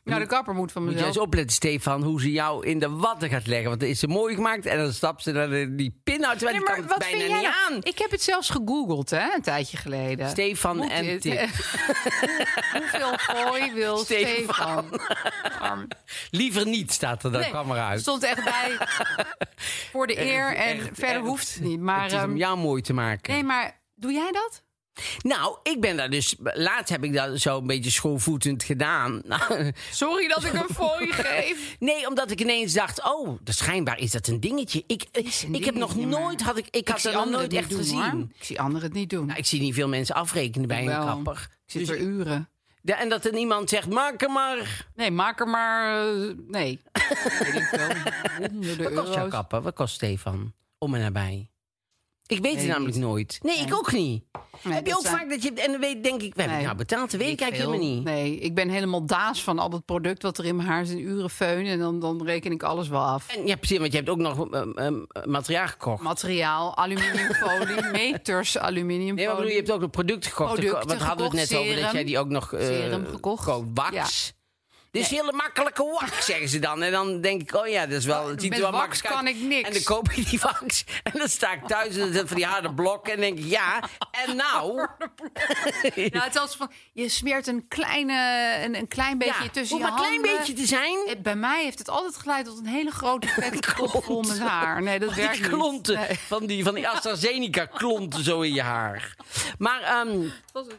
Nou, de kapper moet van Moet je mezelf. eens opletten, Stefan, hoe ze jou in de watten gaat leggen. Want dan is ze mooi gemaakt en dan stapt ze naar de, die pinhout. Terwijl Nee, die maar kan wat het bijna vind jij niet nou? aan. Ik heb het zelfs gegoogeld, hè, een tijdje geleden. Stefan Moet en dit? Tik. Hoeveel gooi wil Stefan. Stefan? Arm. Liever niet, staat er dan, Nee, kwam eruit. er stond echt bij voor de eer en echt, verder echt. hoeft het niet. Maar, Het is om ehm, jou mooi te maken. nee, maar doe jij dat? Nou, ik ben daar dus... Laatst heb ik dat zo een beetje schoolvoetend gedaan. Nou, Sorry dat ik een fooi geef. nee, omdat ik ineens dacht... Oh, dat schijnbaar is dat een dingetje. Ik, Is een ik heb nog dingetje, nooit... maar Had ik, ik had zie dat nog anderen nooit het echt niet doen, gezien. hoor. Ik zie anderen het niet doen. Nou, ik zie niet veel mensen afrekenen bij Wel. een kapper. Ik zit Dus- er uren. Ja, en dat er iemand zegt, maak hem maar. Nee, maak er maar... eh, nee. Weet ik veel. Honderden Wat kost jouw euro's. kapper? Wat kost Stefan? Om en nabij. Ik weet het Weet ik namelijk niet. nooit. Nee, ik Nee. ook niet. Nee, heb je dat ook zijn- vaak dat je... En dan weet, denk ik, we hebben Nee. het nou betaald. Dat weet ik eigenlijk veel. helemaal niet. Nee, ik ben helemaal daas van al dat product wat er in mijn haar is. In uren feunen en dan, dan reken ik alles wel af. En, ja, precies, want je hebt ook nog um, um, materiaal gekocht. Materiaal, aluminiumfolie, meters aluminiumfolie. Nee, maar bedoel, je hebt ook nog producten gekocht. Producten Wat hadden we het net gekocht, over dat serum. jij die ook nog... eh, Serum gekocht. koopt. Wax. Dit is hele makkelijke wax, zeggen ze dan. En dan denk ik, oh ja, dat is wel... Het ziet Met er wel wax makkelijk kan uit. ik niks. En dan koop je die wax. En dan sta ik thuis en dan van die harde blokken. En denk ik, ja, en nou... Nou, het is als van, je smeert een, kleine, een, een klein beetje Ja, tussen hoeft je maar een klein handen. beetje te zijn. Eh, Bij mij heeft het altijd geleid tot een hele grote vette kop vol met haar. Nee, dat Van werkt die niet. klonten, Nee. van die, van die AstraZeneca-klonten zo in je haar. Maar ehm,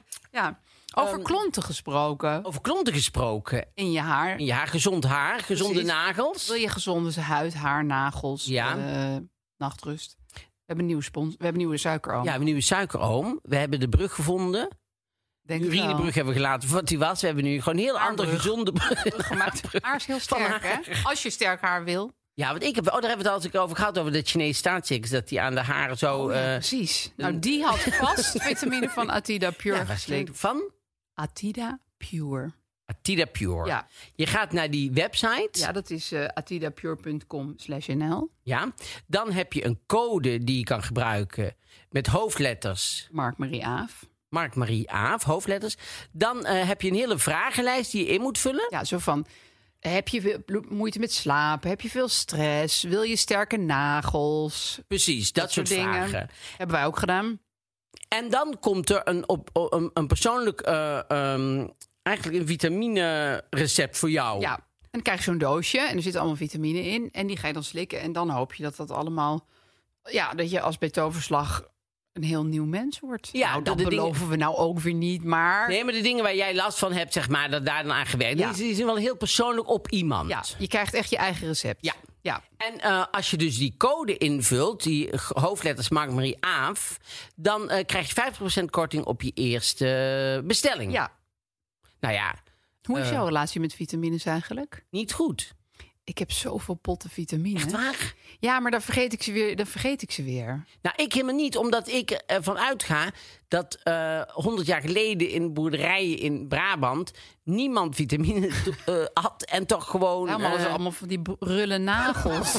Ja, over Ehm, klonten gesproken over klonten gesproken. in je haar. In je haar, gezond haar, gezonde Precies. nagels. Wil je gezonde huid, haar, nagels, Ja. eh, nachtrust? We hebben een nieuwe spons. We hebben een nieuwe suikeroom. Ja, we hebben een nieuwe suikeroom. We hebben de brug gevonden. denk De ik wel. urinebrug hebben we gelaten voor wat die was. We hebben nu gewoon een heel andere Haarbrug. gezonde brug gemaakt. Haar is heel Van sterk, haar. hè? Als je sterk haar wil. Ja, want ik heb, oh, daar hebben we het altijd over gehad, over de Chinese staatschicks. Dat die aan de haren zo... Oh, ja, eh, precies. Nou, die had vast vitamine van Atida Pure ja, waar geslikt. sleet- van Atida Pure. Atida Pure. Ja, Je gaat naar die website. ja dat is uh, atidapure punt com slash n l. Ja. Dan heb je een code die je kan gebruiken met hoofdletters. Mark-Marie Aaf. Mark-Marie Aaf, hoofdletters. Dan eh, heb je een hele vragenlijst die je in moet vullen. Ja, zo van... Heb je veel moeite met slapen? Heb je veel stress? Wil je sterke nagels? Precies, dat, soort dingen. vragen. Hebben wij ook gedaan. En dan komt er een, op, op- een, een persoonlijk, eh, ehm, eigenlijk een vitamine recept voor jou. Ja, en dan krijg je zo'n doosje en er zitten allemaal vitamine in. En die ga je dan slikken. En dan hoop je dat dat allemaal... Ja, dat je als bij toverslag een heel nieuw mens wordt. Ja, nou, dat dat de dingen- beloven we nou ook weer niet, maar... Nee, maar de dingen waar jij last van hebt, zeg maar, dat daar dan aan gewerkt. Ja. Die, die zijn wel heel persoonlijk op iemand. Ja, je krijgt echt je eigen recept. Ja. Ja. En eh, als je dus die code invult, die g- hoofdletters Mark-Marie Aaf, dan eh, krijg je vijftig procent korting op je eerste bestelling. Ja. Nou ja, Hoe is Eh. jouw relatie met vitamines eigenlijk? niet goed. Ik heb zoveel potten vitamine. Echt waar? Ja, maar dan vergeet ik ze weer. Dan vergeet ik ze weer. Nou, ik helemaal niet, omdat ik ervan uitga dat eh, honderd jaar geleden in boerderijen in Brabant niemand vitamine eh, had en toch gewoon Ja, maar hadden ze eh, allemaal van die rulle nagels.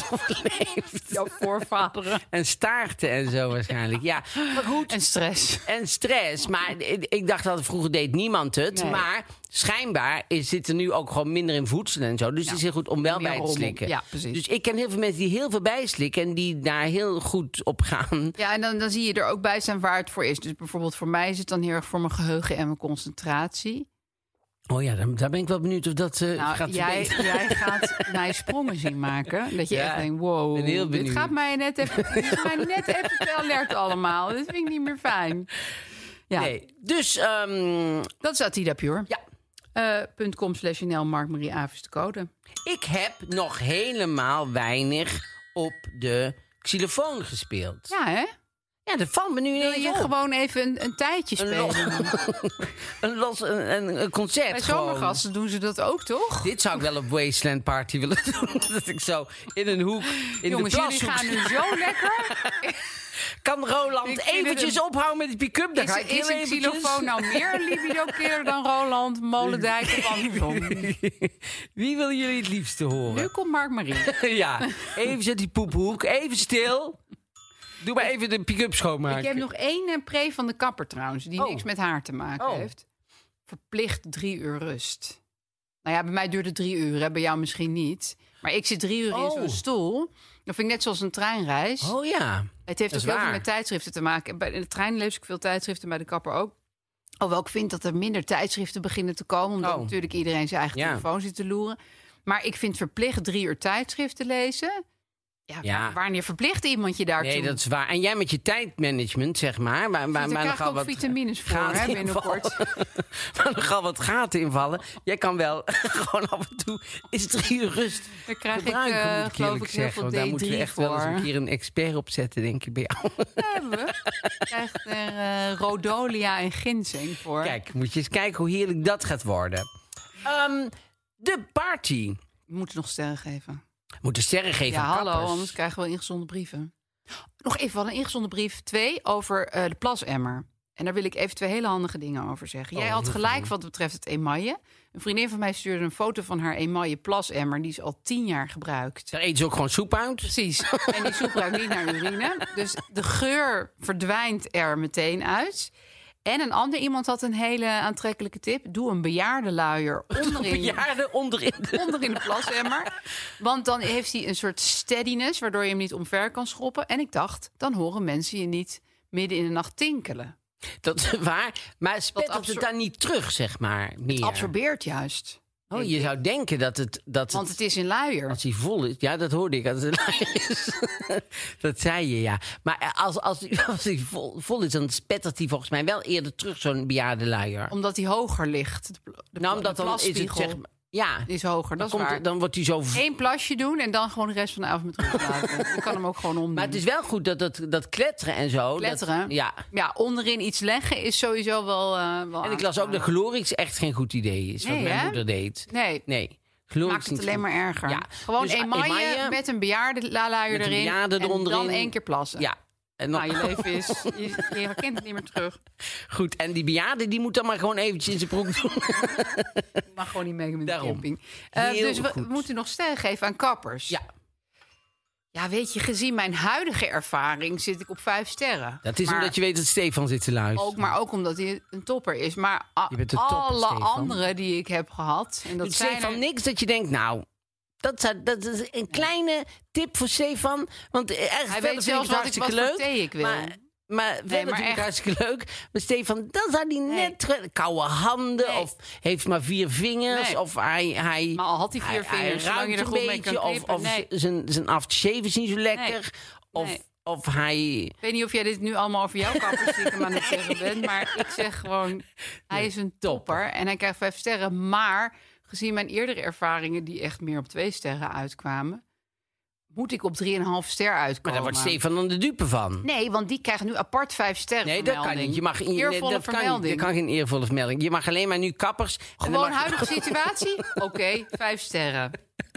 Jouw voorvaderen. en staarten en zo waarschijnlijk. Ja, maar goed. En stress. En stress. Maar ik ik dacht dat vroeger deed niemand het. Nee. Maar schijnbaar is, zit er nu ook gewoon minder in voedsel en zo. Dus het is heel goed om wel meer bij te rommel. slikken. Ja, precies. Dus ik ken heel veel mensen die heel veel bijslikken en die daar heel goed op gaan. Ja, en dan, dan zie je er ook bij staan waar het voor is. Dus bijvoorbeeld voor mij is het dan heel erg voor mijn geheugen en mijn concentratie. Oh ja, daar, daar ben ik wel benieuwd of dat eh, Nou, gaat jij, verbeteren. jij gaat mij sprongen zien maken. Dat je Ja, echt denkt, wow, ben heel dit benieuwd. gaat mij net even, dit is mij net even te alert allemaal. Dit vind ik niet meer fijn. Ja, Nee. Dus ehm, dat is Atida Pure. ja, Uh, .com slash nl Mark-Marie Aaf is de code. ik heb nog helemaal weinig op de xylofoon gespeeld. Ja, hè? Ja, dat valt me nu Wil ineens je op. gewoon even een, een tijdje Een los, spelen? een, los, een, een, een concert Bij gewoon. zomergasten doen ze dat ook, toch? Dit zou ik wel op Wasteland Party willen doen. Dat ik zo in een hoek in Jongens, de jullie plashoek gaan nu zo lekker. Kan Roland Ik vind eventjes het een- ophouden met die pick-up? Dan Is, ga ik is heel een eventjes... xylofoon nou meer een libido-keer dan Roland, Molendijk of andersom? Wie wil jullie het liefste horen? Nu komt Mark-Marie. Ja, even zet die poephoek. Even stil. Doe maar even de pick-up schoonmaken. Ik heb nog één eh, pre van de kapper trouwens, die Oh. niks met haar te maken Oh. heeft. Verplicht drie uur rust. Nou ja, bij mij duurt het drie uur, hè? Bij jou misschien niet. Maar ik zit drie uur Oh. in zo'n stoel. Dat vind ik net zoals een treinreis. Oh ja. Het heeft Dat ook is heel veel waar. met tijdschriften te maken. Bij de trein lees ik veel tijdschriften, bij de kapper ook. Alhoewel ik vind dat er minder tijdschriften beginnen te komen. Omdat Oh. natuurlijk iedereen zijn eigen Ja. telefoon zit te loeren. Maar ik vind verplicht drie uur tijdschriften lezen. Ja, Ja. wa- wanneer verplicht iemand je daartoe? Nee, dat is waar. En jij met je tijdmanagement, zeg maar. Waar, waar, Daar waar krijg ik nogal ook wat vitamines voor, gaten hè, invallen. binnenkort. Waar nogal wat gaten invallen. Jij kan wel gewoon af en toe is drie uur rust Daar krijg ik, gebruiken, eh, moet ik geloof eerlijk ik, heel zeggen. veel Want daar D moeten we drie echt wel eens voor. een keer een expert op zetten, denk ik, bij jou. Hebben we. Je krijgt er eh, Rhodolia en ginseng voor. Kijk, moet je eens kijken hoe heerlijk dat gaat worden. Ehm, de party. We moeten nog sterren geven. We moeten sterren geven Ja, aan hallo, kappers. anders krijgen we ingezonden brieven. Nog even, we hadden een ingezonden brief twee over eh, de plasemmer. En daar wil ik even twee hele handige dingen over zeggen. Jij Oh, had heel gelijk fijn. wat betreft het emaille. Een vriendin van mij stuurde een foto van haar emaille plasemmer. Die is al tien jaar gebruikt. Daar eten ze ook gewoon soep uit. Precies. En die soep ruikt niet naar urine. Dus de geur verdwijnt er meteen uit. En een ander iemand had een hele aantrekkelijke tip. Doe een bejaardenluier onderin, Bejaarden onderin. de- onderin de plasemmer. Want dan heeft hij een soort steadiness, waardoor je hem niet omver kan schoppen. En ik dacht, dan horen mensen je niet midden in de nacht tinkelen. Dat is waar. Maar spettert absor- het dan niet terug, zeg maar, meer? Het absorbeert juist. Oh, je zou denken dat het... Dat Want het, het is in luier. als hij vol is... Ja, dat hoorde ik. Als het een luier is. Dat zei je, ja. Maar als, als, hij- als hij vol, vol is, dan spettert hij volgens mij wel eerder terug, zo'n bejaarde luier. Omdat hij hoger ligt. De, pl- de, Nou, omdat de dan is het, plasspiegel zeg maar... Ja, is hoger, dat is komt, waar. dan wordt hij zo... Eén plasje doen en dan gewoon de rest van de avond met rust laten. Je kan hem ook gewoon omdoen. Maar het is wel goed dat dat, dat kletteren en zo... Kletteren? Dat, ja. Ja, onderin iets leggen is sowieso wel, uh, wel En ik las ook dat Glorix echt geen goed idee is. Wat Nee, mijn hè? moeder deed. Nee, Nee. Glorix maakt het niet alleen goed. maar erger. Ja. Gewoon Dus emaille, emaille met een bejaarde luier met een erin. bejaarde en eronderin. dan één keer plassen. Ja. En dan, Nou, je leven is... Je, je herkent het niet meer terug. goed, en die bejaarde die moet dan maar gewoon eventjes in zijn broek doen. Je mag gewoon niet mee met de Daarom. camping. Uh, Heel dus we, goed. we moeten nog sterren geven aan kappers. Ja. Ja, weet je, gezien mijn huidige ervaring zit ik op vijf sterren. Dat is maar omdat je weet dat Stefan zit te luisteren. Ook, maar ook omdat hij een topper is. Maar a- Je bent een topper, alle Stefan. andere die ik heb gehad... En dat Doet zijn Stefan er- niks dat je denkt, nou... Dat, zou, dat is een kleine tip voor Stefan. Want ergens Hij verder weet vind zelfs ik het wat ik, hartstikke wat leuk. voor thee ik wil. Maar, maar verder maar vind ik het echt. hartstikke leuk. Maar Stefan, dan zou hij Nee. net... ge- Koude handen, Nee. of heeft maar vier vingers. Nee. Of hij, hij, Maar al had hij vier hij, vingers, hij zolang je ruikt er een goed mee kan beetje. Of, knippen. of Nee. zijn, zijn aftershave is niet zo lekker. Nee. Of, Nee. of hij... Ik weet niet of jij dit nu allemaal over jouw kappers stiekem aan het zeggen bent. Maar ik zeg gewoon, hij is een topper. En hij krijgt vijf sterren. Maar gezien mijn eerdere ervaringen die echt meer op twee sterren uitkwamen... moet ik op drieënhalf ster Maar uitkomen. daar wordt Stefan dan de dupe van. Nee, want die krijgt nu apart vijf sterren Nee, dat kan vermelding. niet. Je mag in, nee, Eervolle dat kan niet. vermelding. Je kan geen eervolle vermelding. Je mag alleen maar nu kappers. en dan Gewoon mag- huidige situatie? Oké, vijf sterren.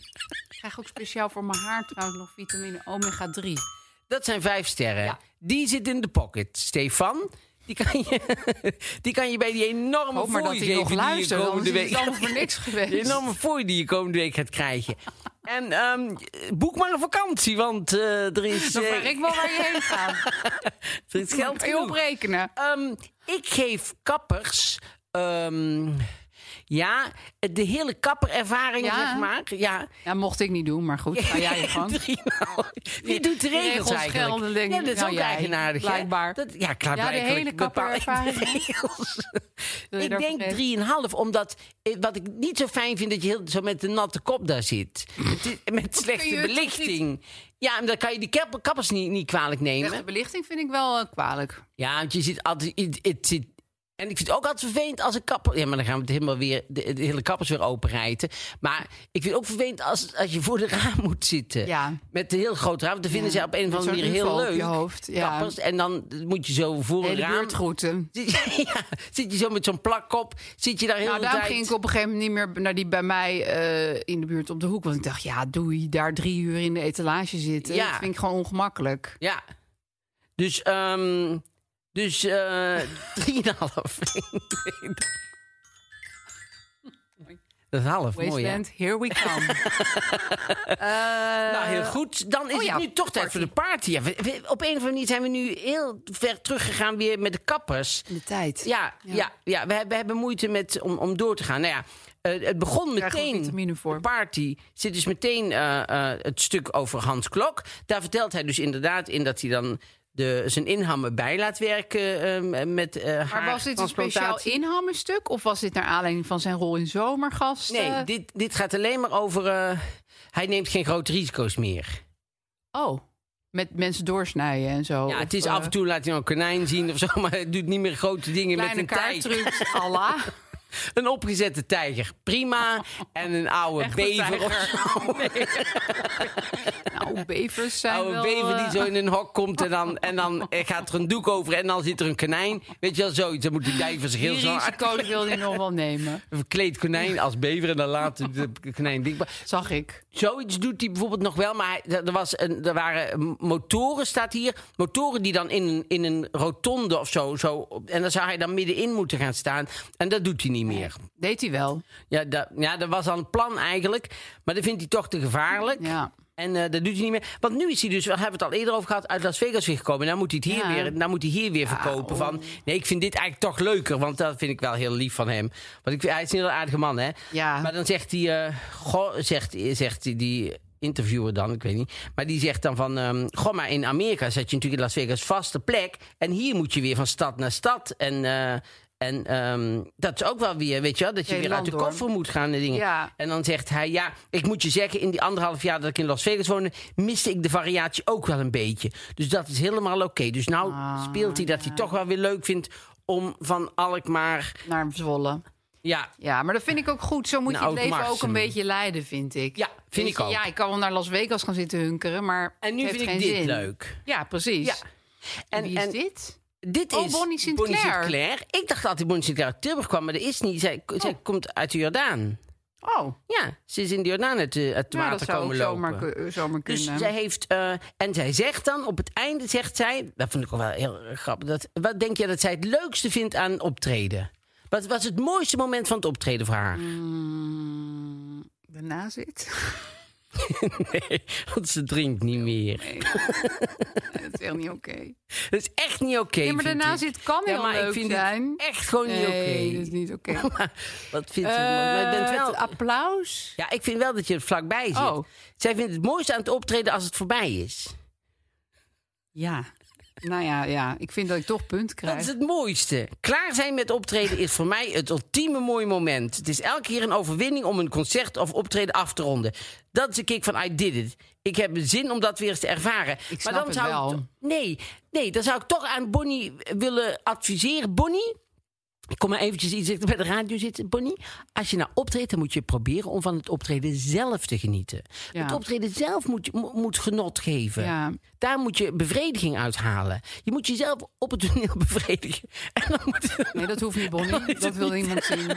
Ik krijg ook speciaal voor mijn haar trouwens nog vitamine omega drie. Dat zijn vijf sterren. Ja. Die zit in de pocket. Stefan, die kan je, die kan je bij die enorme Hoop maar dat fooi hij nog geven die je luistert, komende anders is week... het allemaal voor niks geweest. Die enorme fooi die je komende week gaat krijgen. En ehm, boek maar een vakantie, want eh, er is, Dan eh, vraag ik wel waar je heen gaat. er is geld Kan je genoeg. oprekenen? Ehm, ik geef kappers... ehm, ja, de hele kapperervaring, Ja. zeg maar. Ja, Ja, mocht ik niet doen, maar goed, ga jij je gang. drieënhalf. Wie doet de regels, regels eigenlijk? gelden, denk ja, ik. dat is Nou, ook jij, eigenaardig. hè? blijkbaar. Dat, ja, klaar, Ja, de blijkbaar hele bepaal ik de kapperervaring. regels. Wil je Ik daarvoor denk geven? drieënhalf, omdat eh, wat ik niet zo fijn vind dat je heel, zo met de natte kop daar zit. Met, met slechte je het toch belichting. Ja, en dan kan je die kap- kappers niet, niet kwalijk nemen. Slechte belichting vind ik wel eh, kwalijk. Ja, want je zit altijd. Het, het zit, en ik vind het ook altijd vervelend als een kapper. Ja, maar dan gaan we het helemaal weer. De, de hele kappers weer openrijten. Maar ik vind het ook vervelend als, als je voor de raam moet zitten. Ja. Met een heel groot raam. Dat vinden Ja. ze op een of Met andere zo'n manier heel U F O op leuk. je hoofd, ja. Kappers. En dan moet je zo voor De een hele raam. buurtgroeten. Zit, ja, zit je zo met zo'n plakkop. Zit je daar heel Nou, de daarom tijd. ging ik op een gegeven moment niet meer naar die bij mij eh, in de buurt op de hoek. Want ik dacht, ja, doe je daar drie uur in de etalage zitten. Ja. Dat vind ik gewoon ongemakkelijk. Ja. Dus, ehm dus eh drieënhalf. Dat is half, mooi hè? Wasteland, here we come. Eh, Nou, heel goed. Dan is oh ja, het nu toch tijd voor de party. Ja, we- we- op een of andere manier zijn we nu heel ver teruggegaan weer met de kappers. In de tijd. Ja, ja. ja, we, hebben, we hebben moeite met, om, om door te gaan. Nou ja, uh, het begon meteen, de party, zit dus meteen uh, uh, het stuk over Hans Klok. Daar vertelt hij dus inderdaad in dat hij dan de, zijn inhammen bij laat werken uh, met uh, haar Maar was dit een speciaal inhammenstuk? Of was dit naar aanleiding van zijn rol in Zomergasten? Nee, dit, dit gaat alleen maar over... Uh, hij neemt geen grote risico's meer. Oh, met mensen doorsnijden en zo. Ja, of, het is uh, af en toe laat hij een konijn zien of zo, maar hij doet niet meer grote dingen met een kaarttrucs, Allah. Een opgezette tijger, prima. En een oude Echt bever een of zo. Nee. Nou, bevers zijn oude wel... bever die uh... zo in een hok komt en dan, en dan gaat er een doek over en dan zit er een konijn. Weet je wel, zoiets. Dan moet die duiver zich heel Die zo... risico's wil hij nog wel nemen. Een verkleed konijn als bever en dan laat de konijn dichtbij. Zag ik. Zoiets doet hij bijvoorbeeld nog wel, maar hij, er, was een, er waren motoren, staat hier. Motoren die dan in een, in een rotonde of zo, zo... En dan zou hij dan middenin moeten gaan staan. En dat doet hij niet meer. Deed hij wel. Ja, dat, ja, dat was al een plan eigenlijk. Maar dat vindt hij toch te gevaarlijk. Ja. En uh, dat doet hij niet meer. Want nu is hij dus, we hebben het al eerder over gehad, uit Las Vegas weer gekomen. En dan moet hij het hier Ja. weer, dan moet hij hier weer Ja, verkopen. oh. Van, nee, ik vind dit eigenlijk toch leuker. Want dat vind ik wel heel lief van hem. Want ik, hij is een heel aardige man, hè. Ja. Maar dan zegt hij, uh, goh, zegt, zegt die, die interviewer dan, ik weet niet. Maar die zegt dan van, um, goh, maar in Amerika zet je natuurlijk in Las Vegas vaste plek. En hier moet je weer van stad naar stad. En... Uh, En um, dat is ook wel weer, weet je wel, dat je Heel weer uit de land, koffer moet gaan en dingen. Ja. En dan zegt hij, ja, ik moet je zeggen, in die anderhalf jaar dat ik in Las Vegas woonde, miste ik de variatie ook wel een beetje. Dus dat is helemaal oké. Okay. Dus nou Ah, speelt hij dat ja. hij toch wel weer leuk vindt om van Alkmaar... Naar Zwolle. Ja, Ja, maar dat vind ik ook goed. Zo moet Een je het oud leven ook Marsum. een beetje leiden, vind ik. Ja, vind Weet ik je, ook. Ja, ik kan wel naar Las Vegas gaan zitten hunkeren, maar en nu het heeft vind ik geen dit zin. leuk. Ja, precies. Ja. En, En, wie is en dit? dit Oh, is Bonnie Sinclair. Sinclair. Ik dacht altijd Bonnie Sinclair uit Tilburg kwam, maar dat is niet. Zij, zij komt uit de Jordaan. Oh, Ja, ze is in de Jordaan uit de- het ja, dat water zou ook komen zomaar, lopen. ku- zomaar Dus kunnen. zij heeft, uh, en zij zegt dan, op het einde zegt zij, dat vond ik wel heel erg grappig, dat, wat denk je dat zij het leukste vindt aan optreden? Wat was het mooiste moment van het optreden voor haar? Mm, daarna zit. Nee, want ze drinkt niet meer. Nee, dat is heel niet oké. Okay. Dat is echt niet oké. Okay, Ja, maar daarna zit kan heel ja, maar leuk ik vind zijn. het echt gewoon niet Nee, oké. Okay. dat is niet oké. Okay. Wat vindt Uh, ze? Maar je bent wel... Het applaus. Ja, ik vind wel dat je er vlakbij zit. Oh. Zij vindt het mooiste aan het optreden als het voorbij is. Ja. Nou ja, ja, ik vind dat ik toch punt krijg. Dat is het mooiste. Klaar zijn met optreden is voor mij het ultieme mooie moment. Het is elke keer een overwinning om een concert of optreden af te ronden. Dat is de kick van I did it. Ik heb zin om dat weer eens te ervaren. Ik maar snap dan het zou wel. Ik to- nee, nee, dan zou ik toch aan Bonnie willen adviseren. Bonnie, ik kom maar eventjes iets bij de radio zitten. Bonnie, als je nou optreedt, dan moet je proberen om van het optreden zelf te genieten. Ja. Het optreden zelf moet, mo- moet genot geven. Ja. Daar moet je bevrediging uithalen. Je moet jezelf op het toneel bevredigen. En dan moet... Nee, dat hoeft niet, Bonnie. Dat wil niemand zien.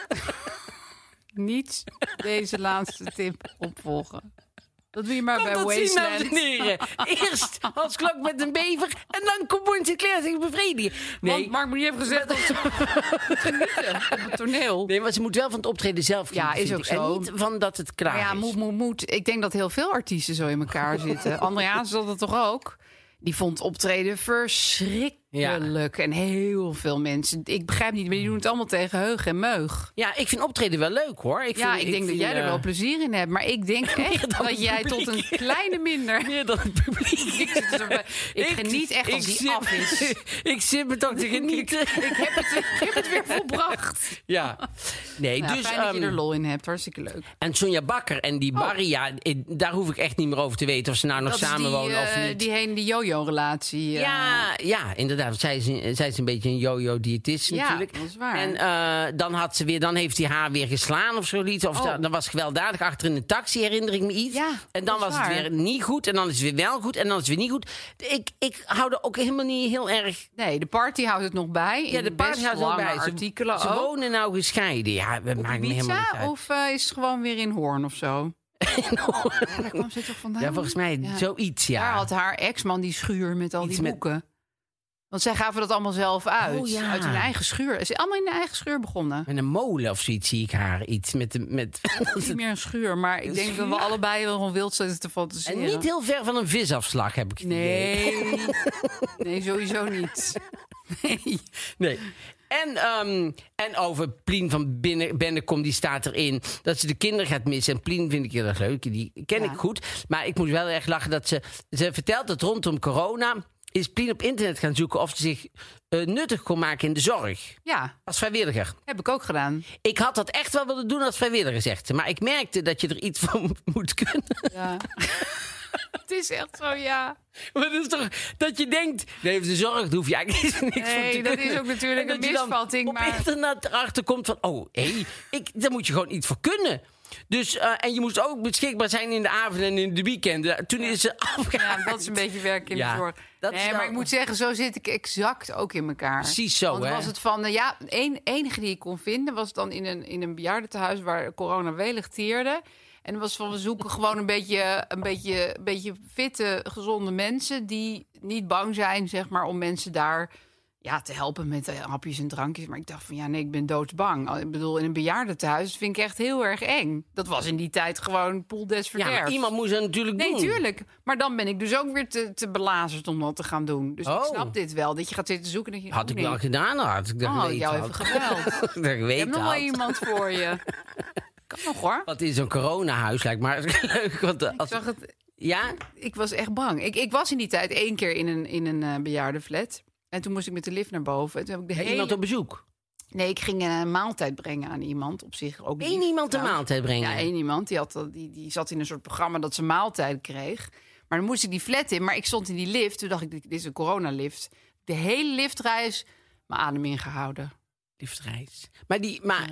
Niet deze laatste tip opvolgen. Dat doe je maar Kom bij dat zien, dames Wasteland. en heren. Eerst Hans Klok met een bever en dan komt Bonnie Sinclair zich bevredigen. Nee, Want Mark Marie heeft gezegd dat ze genieten op het toneel. nee, maar ze moet wel van het optreden zelf Ja, genieten, is vind ook ik. zo. En niet van dat het klaar Maar ja, is. moet, moet, moet. Ik denk dat heel veel artiesten zo in elkaar zitten. André Hazes had dat toch ook? Die vond optreden verschrikkelijk. En heel veel mensen. Ik begrijp niet, maar die doen het allemaal tegen heug en meug. Ja, ik vind optreden wel leuk, hoor. Ik Ja, vind, ik denk dat vind, jij er eh, wel plezier in hebt. Maar ik denk echt dan dat het jij publiek. tot een kleine minder... meer dan het publiek. Ik, zit er zo bij- ik geniet echt als die zit- af is. ik zit me toch te genieten. Ik heb het, ik heb het weer volbracht. Ja. Nee, Nou, dus... fijn dat je ehm, er lol in hebt. Hartstikke leuk. En Sonja Bakker en die Barry, ja, eh, daar hoef ik echt niet meer over te weten of ze nou nog Dat is die, samenwonen of eh, niet. die heen, die jojo-relatie. eh. Ja, ja, inderdaad. Want zij is, een- zij is een beetje een yo-yo-diëtist Ja, natuurlijk. dat is waar. En eh, dan, had ze weer, dan heeft hij haar weer geslaan of zoiets. Of Oh. da- dan was het gewelddadig achter in een taxi, herinner ik me iets. Ja, en dan dat is was het waar. weer niet goed. En dan is het weer wel goed. En dan is het weer niet goed. Ik, ik hou er ook helemaal niet heel erg... Nee, de party houdt het nog bij. Ja, de party houdt er ook bij. Ze- Artikelen Ze ook. wonen nou gescheiden. Ja, we maken me helemaal niet Ibiza? uit. Of eh, is het gewoon weer in Hoorn of zo? Ja, daar kwam ze toch vandaan? Ja, volgens mij Ja. zoiets, ja. Daar had haar ex-man die schuur met al Iets die met- boeken. Want zij gaven dat allemaal zelf uit. Oh, ja. Uit hun eigen schuur. Ze is allemaal in de eigen schuur begonnen. Met een molen of zoiets zie ik haar. Iets met... de- met Niet meer een schuur, maar ik denk dat we allebei wel gewoon wild zitten te fantaseren. en niet heel ver van een visafslag, heb ik het idee. Nee, nee, sowieso niet. Nee. Nee. En, um, en over Plien van Binnen, Bennekom, die staat erin dat ze de kinderen gaat missen. En Plien vind ik heel erg leuk, die ken ja. ik goed. Maar ik moet wel erg lachen dat ze... Ze vertelt dat rondom corona is Plien op internet gaan zoeken of ze zich uh, nuttig kon maken in de zorg. Ja. Als vrijwilliger. Heb ik ook gedaan. Ik had dat echt wel willen doen als vrijwilliger, zegt ze. Maar ik merkte dat je er iets van moet kunnen. Ja. Het is echt zo, ja. Maar dat is toch dat je denkt, nee, de zorg, daar hoef je eigenlijk niks nee, van te dat kunnen. is ook natuurlijk een misvatting. Op maar... internet erachter komt van, oh, hé, hey, ik, daar moet je gewoon iets voor kunnen. Dus, uh, en je moest ook beschikbaar zijn in de avond en in de weekenden. Toen ja. is ze afgehaald. Ja, dat is een beetje werk in ja, de zorg. Dat nee, is wel... maar ik moet zeggen, zo zit ik exact ook in elkaar. Precies zo, Want hè? was het van, uh, ja, een, enige die ik kon vinden was dan in een, in een bejaardentehuis waar corona welig tierde. En het was van, we zoeken gewoon een beetje, een beetje, een beetje fitte, gezonde mensen die niet bang zijn, zeg maar, om mensen daar ja, te helpen met uh, hapjes en drankjes. Maar ik dacht van, ja, nee, ik ben doodsbang. Ik bedoel, in een bejaardentehuis vind ik echt heel erg eng. Dat was in die tijd gewoon poel des verderfs. Ja, maar iemand moest dat natuurlijk nee, doen. Nee, tuurlijk. Maar dan ben ik dus ook weer te, te belazerd om dat te gaan doen. Dus oh. ik snap dit wel, dat je gaat zitten zoeken. Dat je, had ik nee. wel gedaan, had ik dat oh, geweten jou had. even gebeld. dat ik weet Je hebt nog wel had. iemand voor je. Kan nog, hoor. Wat is zo'n coronahuis, lijkt maar leuk. Want, uh, als... Ik zag het... Ja? Ik was echt bang. Ik, ik was in die tijd één keer in een, in een uh, bejaardenflat. En toen moest ik met de lift naar boven. En toen heb ik de hele... Iemand op bezoek? Nee, ik ging een maaltijd brengen aan iemand. Op zich ook. Eén iemand een maaltijd brengen? Ja, één iemand. Die, had, die, die zat in een soort programma dat ze maaltijd kreeg. Maar dan moest ik die flat in. Maar ik stond in die lift. Toen dacht ik, dit is een coronalift. De hele liftreis mijn adem ingehouden. Liftreis. Maar, die, maar,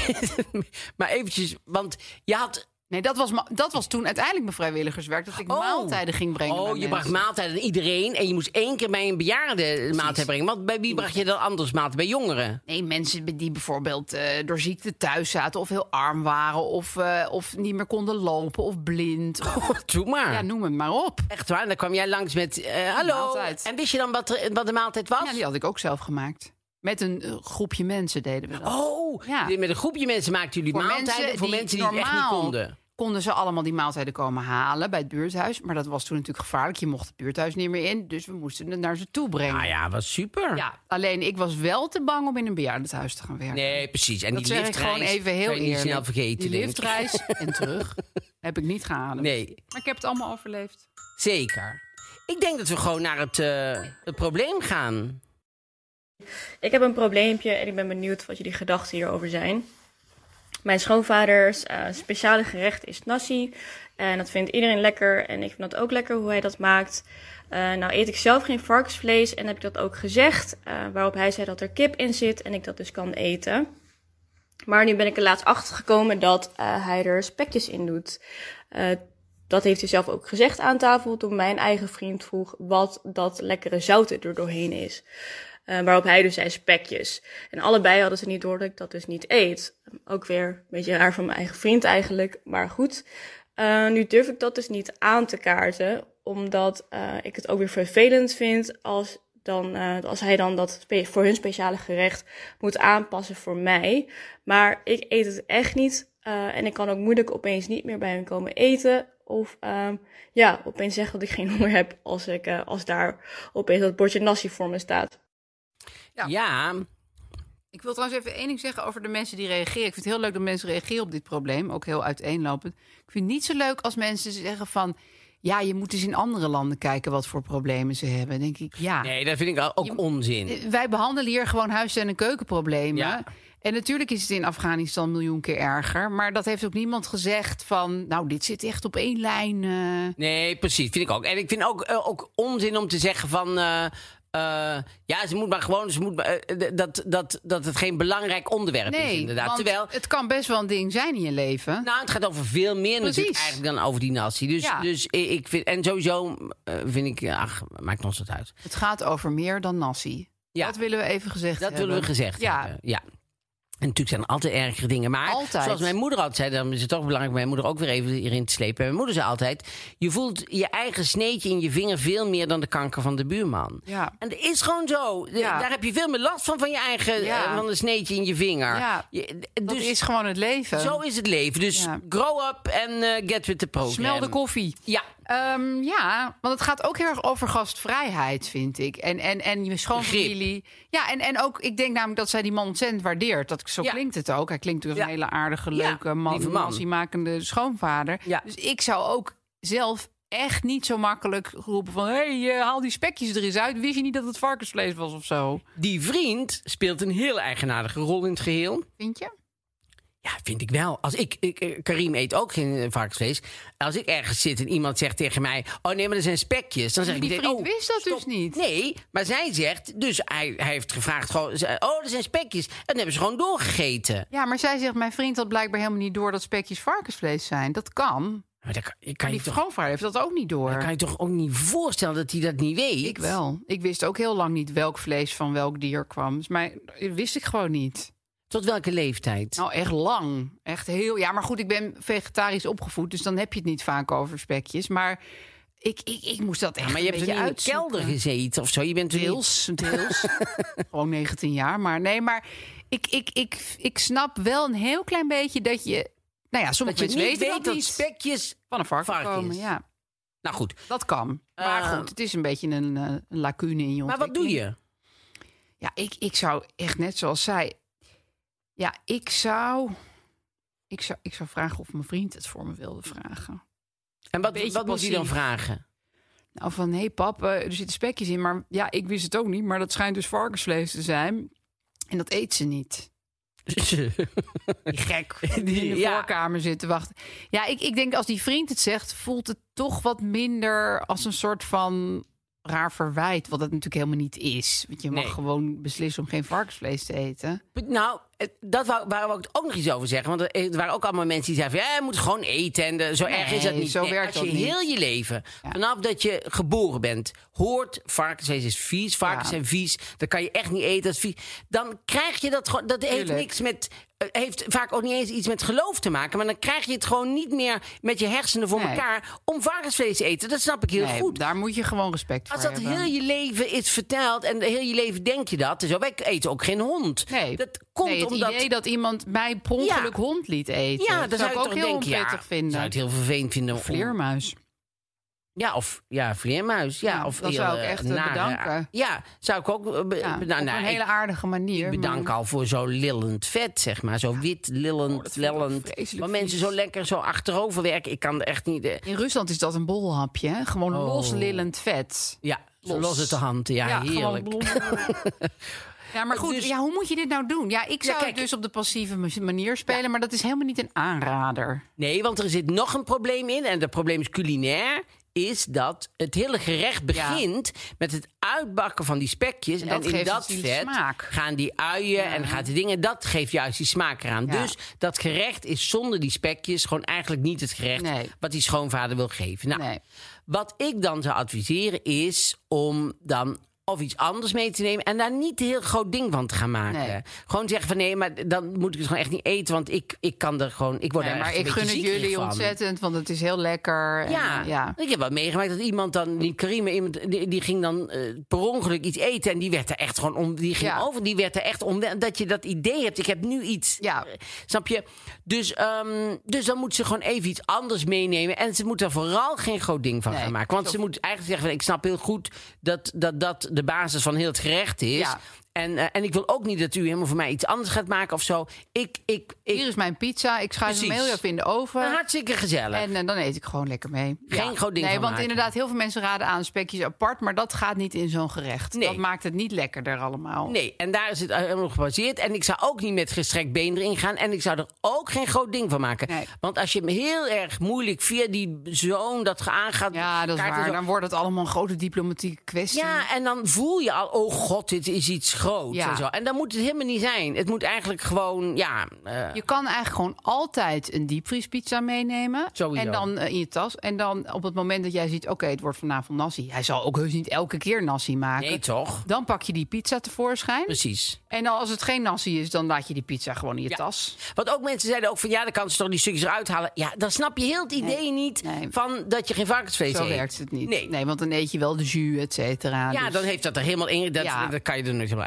maar eventjes, want je had... Nee, dat was, dat was toen uiteindelijk mijn vrijwilligerswerk. Dat ik oh. maaltijden ging brengen. Oh, je mensen. bracht maaltijden aan iedereen. En je moest één keer bij een bejaarde maaltijd brengen. Want bij wie bracht je dan anders maaltijd? Bij jongeren? Nee, mensen die bijvoorbeeld uh, door ziekte thuis zaten. Of heel arm waren. Of, uh, of niet meer konden lopen. Of blind. Oh, doe maar. Ja, noem het maar op. Echt waar? Dan kwam jij langs met uh, hallo. Maaltijd. En wist je dan wat, er, wat de maaltijd was? Ja, die had ik ook zelf gemaakt. Met een uh, groepje mensen deden we dat. Oh, ja. Met een groepje mensen maakten jullie voor maaltijden. Mensen voor die mensen die het echt niet konden. Konden ze allemaal die maaltijden komen halen bij het buurthuis. Maar dat was toen natuurlijk gevaarlijk. Je mocht het buurthuis niet meer in. Dus we moesten het naar ze toe brengen. Ah ja, was super. Ja, alleen ik was wel te bang om in een bejaardentehuis te gaan werken. Nee, precies. En dat die zeg liftreis, ik gewoon even heel kan je niet eerlijk. snel vergeten, die liftreis en terug heb ik niet gehaald. Nee. Maar ik heb het allemaal overleefd. Zeker. Ik denk dat we gewoon naar het, uh, het probleem gaan. Ik heb een probleempje en ik ben benieuwd wat jullie gedachten hierover zijn. Mijn schoonvaders uh, speciale gerecht is nasi. En dat vindt iedereen lekker. En ik vind dat ook lekker hoe hij dat maakt. Uh, nou eet ik zelf geen varkensvlees en heb ik dat ook gezegd. Uh, waarop hij zei dat er kip in zit en ik dat dus kan eten. Maar nu ben ik er laatst achter gekomen dat uh, hij er spekjes in doet. Uh, dat heeft hij zelf ook gezegd aan tafel toen mijn eigen vriend vroeg wat dat lekkere zout er doorheen is. Uh, waarop hij dus zei spekjes. En allebei hadden ze niet door dat ik dat dus niet eet. Ook weer een beetje raar van mijn eigen vriend eigenlijk. Maar goed, uh, nu durf ik dat dus niet aan te kaarten. Omdat uh, ik het ook weer vervelend vind als, dan, uh, als hij dan dat spe- voor hun speciale gerecht moet aanpassen voor mij. Maar ik eet het echt niet. Uh, en ik kan ook moeilijk opeens niet meer bij hem komen eten. Of uh, ja, opeens zeggen dat ik geen honger heb als, ik, uh, als daar opeens dat bordje nasi voor me staat. Ja. ja. Ik wil trouwens even één ding zeggen over de mensen die reageren. Ik vind het heel leuk dat mensen reageren op dit probleem. Ook heel uiteenlopend. Ik vind het niet zo leuk als mensen zeggen van... ja, je moet eens in andere landen kijken wat voor problemen ze hebben. Dan denk ik, ja. Nee, dat vind ik ook je, onzin. Wij behandelen hier gewoon huis- en keukenproblemen. Ja. En natuurlijk is het in Afghanistan een miljoen keer erger. Maar dat heeft ook niemand gezegd van... nou, dit zit echt op één lijn. Uh... Nee, precies, vind ik ook. En ik vind ook, uh, ook onzin om te zeggen van... Uh, Uh, ja, ze moet maar gewoon, ze moet maar, uh, dat, dat, dat het geen belangrijk onderwerp nee, is, inderdaad. Want Terwijl, het kan best wel een ding zijn in je leven. Nou, het gaat over veel meer Precies. natuurlijk eigenlijk dan over die nasi. Dus, ja. dus ik vind, en sowieso uh, vind ik, ach, maakt ons wat uit. Het gaat over meer dan nasi. Ja. Dat willen we even gezegd dat hebben. Dat willen we gezegd ja. hebben, ja. En natuurlijk zijn er altijd ergere dingen. Maar altijd. Zoals mijn moeder altijd zei... dan is het toch belangrijk mijn moeder ook weer even hierin te slepen. Mijn moeder zei altijd... je voelt je eigen sneetje in je vinger veel meer dan de kanker van de buurman. Ja. En dat is gewoon zo. Ja. Daar heb je veel meer last van, van je eigen ja. uh, van een sneetje in je vinger. Ja. Je, dus, dat is gewoon het leven. Zo is het leven. Dus ja. grow up en uh, get with the program. Smel de koffie. Ja. Um, ja, want het gaat ook heel erg over gastvrijheid, vind ik. En, en, en je schoonfamilie. Ja, en, en ook, ik denk namelijk dat zij die man ontzettend waardeert. Dat, zo ja. klinkt het ook. Hij klinkt dus ja. een hele aardige, leuke ja, man, man. nazi-makende schoonvader. Ja. Dus ik zou ook zelf echt niet zo makkelijk roepen van... hé, hey, uh, haal die spekjes er eens uit. Wist je niet dat het varkensvlees was of zo? Die vriend speelt een heel eigenaardige rol in het geheel. Vind je? Ja, vind ik wel. Als ik, ik Karim eet ook geen varkensvlees. Als ik ergens zit en iemand zegt tegen mij... oh nee, maar er zijn spekjes. Dan zeg die ik meteen, vriend oh, wist dat stop. dus niet. Nee, maar zij zegt... dus hij, hij heeft gevraagd gewoon... oh, er zijn spekjes. En dan hebben ze gewoon doorgegeten. Ja, maar zij zegt... mijn vriend had blijkbaar helemaal niet door... dat spekjes varkensvlees zijn. Dat kan. Maar dan kan, kan die je toch, schoonvader heeft dat ook niet door. dan kan je toch ook niet voorstellen dat hij dat niet weet? Ik wel. Ik wist ook heel lang niet welk vlees van welk dier kwam. Dus mij wist ik gewoon niet. Tot welke leeftijd? Nou, echt lang. Echt heel... Ja, maar goed, ik ben vegetarisch opgevoed... dus dan heb je het niet vaak over spekjes. Maar ik, ik, ik moest dat echt ja, maar je een hebt beetje er niet in de kelder gezeten of zo? Je bent deels, niet... deels. Gewoon negentien jaar. Maar nee, maar ik, ik, ik, ik snap wel een heel klein beetje dat je... Nou ja, sommige dat je mensen niet weten weet dat dat niet. spekjes Van een varken varken komen, is. ja. Nou goed. Dat kan. Maar Uh, goed, het is een beetje een, uh, een lacune in je Maar wat doe je? Ja, ik, ik zou echt net zoals zij... Ja, ik zou, ik zou... Ik zou vragen of mijn vriend het voor me wilde vragen. En wat, Beetje wat moet hij dan passief. vragen? Nou, van, hé hey, pap, uh, er zitten spekjes in. Maar ja, ik wist het ook niet. Maar dat schijnt dus varkensvlees te zijn. En dat eet ze niet. Die gek die in de Ja. voorkamer zit te wachten. Ja, ik, ik denk als die vriend het zegt... voelt het toch wat minder als een soort van raar verwijt. Wat het natuurlijk helemaal niet is. Want je mag Nee. gewoon beslissen om geen varkensvlees te eten. Nou, dat wou, waar we ook nog iets over zeggen. Want er er waren ook allemaal mensen die zeiden... van, ja, je moet gewoon eten. En de, zo Nee, erg is dat niet. zo werkt als je dat niet. heel je leven, Ja. vanaf dat je geboren bent... hoort, varkensvlees is vies, varkens Ja. zijn vies... dat kan je echt niet eten, dat is vies. Dan krijg je dat gewoon... dat heeft Tuurlijk. niks met... heeft vaak ook niet eens iets met geloof te maken... maar dan krijg je het gewoon niet meer met je hersenen voor Nee. elkaar... om varkensvlees te eten. Dat snap ik heel Nee, goed. daar moet je gewoon respect voor Als dat hebben. heel je leven is verteld en heel je leven denk je dat... Zo, wij eten ook geen hond. Nee, Dat komt nee, het omdat... idee dat iemand mij per ongeluk Ja. hond liet eten... Ja, dat zou ik je ook toch heel denken, onprettig ja, vinden. zou je het heel vervelend vinden. om- Vleermuis. Ja, of ja, vleermuis. Ja, Ja, of dat heel, zou ik eh, echt, eh, nare- bedanken. Ja, zou ik ook... eh, be- Ja, be- nou, op nou, een ik- hele aardige manier. Ik bedank maar- al voor zo lillend vet, zeg maar. Zo wit, lillend, Oh, dat vind ik ook lellend. vreselijk Waar mensen vies. zo lekker zo achterover werken. Ik kan er echt niet... eh, In Rusland is dat een bolhapje. Hè? Gewoon Oh. los lillend vet. ja, zo Los. los het de hand. Ja, heerlijk. gewoon- Ja, maar goed, Dus- ja, hoe moet je dit nou doen? Ja, ik zou kijk- het dus op de passieve ma- manier spelen... maar dat is helemaal niet een aanrader. Nee, want er zit nog een probleem in. En dat probleem is culinair. Is dat het hele gerecht begint met het uitbakken van die spekjes. En En, dat in geeft dat het die vet smaak. gaan die uien en gaat die dingen. Dat geeft juist die smaak eraan. Ja. Dus dat gerecht is zonder die spekjes gewoon eigenlijk niet het gerecht Nee. wat die schoonvader wil geven. Nou, Nee. wat ik dan zou adviseren is om dan of iets anders mee te nemen en daar niet een heel groot ding van te gaan maken. Nee. Gewoon zeggen van nee, maar dan moet ik het gewoon echt niet eten, want ik, ik kan er gewoon, ik word Nee, er maar echt een ik beetje gun het ziekig jullie van. ontzettend, want het is heel lekker. En, Ja, eh, ja. ik heb wel meegemaakt dat iemand dan, die Karima, iemand, die, die ging dan eh, per ongeluk iets eten en die werd er echt gewoon om, die ging Ja. over, die werd er echt om, dat je dat idee hebt, ik heb nu iets, Ja. eh, snap je? Dus, ehm, dus dan moet ze gewoon even iets anders meenemen en ze moet er vooral geen groot ding van Nee, gaan maken, want zo- ze moet eigenlijk zeggen, van, ik snap heel goed dat dat, dat de basis van heel het gerecht is. Ja. En, eh, en ik wil ook niet dat u helemaal voor mij iets anders gaat maken of zo. Ik, ik, ik, Hier is mijn pizza. Ik schuif hem Precies. heel even in de oven. hartstikke gezellig. En eh, dan eet ik gewoon lekker mee. Geen groot ding Nee, van want maken. inderdaad, heel veel mensen raden aan spekjes apart. Maar dat gaat niet in zo'n gerecht. Nee. Dat maakt het niet lekkerder allemaal. Nee, en daar is het helemaal op gebaseerd. En ik zou ook niet met gestrekt been erin gaan. En ik zou er ook geen groot ding van maken. Nee. Want als je hem heel erg moeilijk via die zoon dat aangaat... Ja, dat is kaart en waar. zo- Dan wordt het allemaal een grote diplomatieke kwestie. Ja, en dan voel je al, oh god, dit is iets groots. Ja. En, zo. En dan moet het helemaal niet zijn. Het moet eigenlijk gewoon, ja... eh, Je kan eigenlijk gewoon altijd een diepvriespizza meenemen. Sowieso. En dan eh, in je tas. En dan op het moment dat jij ziet, oké, het wordt vanavond nasi. Hij zal ook heus niet elke keer nasi maken. nee, toch? Dan pak je die pizza tevoorschijn. Precies. En dan als het geen nasi is, dan laat je die pizza gewoon in je Ja. tas. Want ook mensen zeiden ook van, ja, dan kan ze toch die stukjes eruit halen. Ja, dan snap je heel het idee Nee. niet Nee. van dat je geen varkensvlees Zo eet. werkt het niet. Nee. Nee, want dan eet je wel de jus, et cetera. Ja, Dus- dan heeft dat er helemaal in. Dat, Ja. dat kan je er nooit helemaal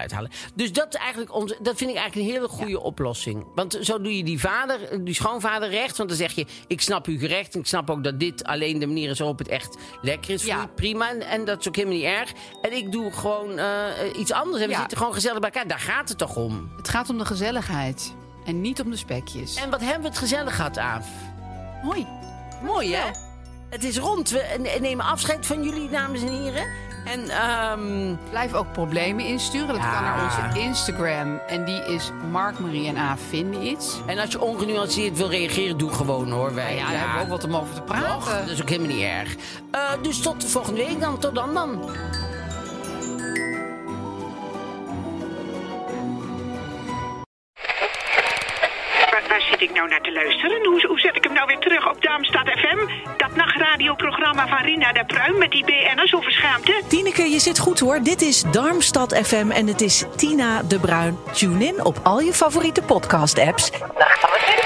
eruit halen. Dus dat, is eigenlijk onze, dat vind ik eigenlijk een hele goede ja. oplossing. Want zo doe je die vader, die schoonvader recht. Want dan zeg je, ik snap u gerecht. En ik snap ook dat dit alleen de manier is waarop het echt lekker is. Ja. Prima. En, en dat is ook helemaal niet erg. En ik doe gewoon uh, iets anders. En we ja. zitten gewoon gezellig bij elkaar. Daar gaat het toch om? Het gaat om de gezelligheid. En niet om de spekjes. En wat hebben we het gezellig gehad, Aaf? Mooi. Mooi, hè? Het is rond. We nemen afscheid van jullie, dames en heren. En um... blijf ook problemen insturen. Dat ja. kan naar onze Instagram. En die is Mark, Marie en Aaf vinden iets. En als je ongenuanceerd wil reageren, doe gewoon hoor. Wij, ja, ja, daar hebben we ook wat om over te praten. Och, dat is ook helemaal niet erg. Uh, dus tot de volgende week dan. Tot dan dan. Zit ik nou naar te luisteren? Hoe, hoe zet ik hem nou weer terug op Darmstad F M? Dat nachtradioprogramma van Rina de Pruim met die B N'ers over schaamte? Tineke, je zit goed hoor. Dit is Darmstad F M en het is Tina de Bruin. Tune in op al je favoriete podcast-apps. Dag van het.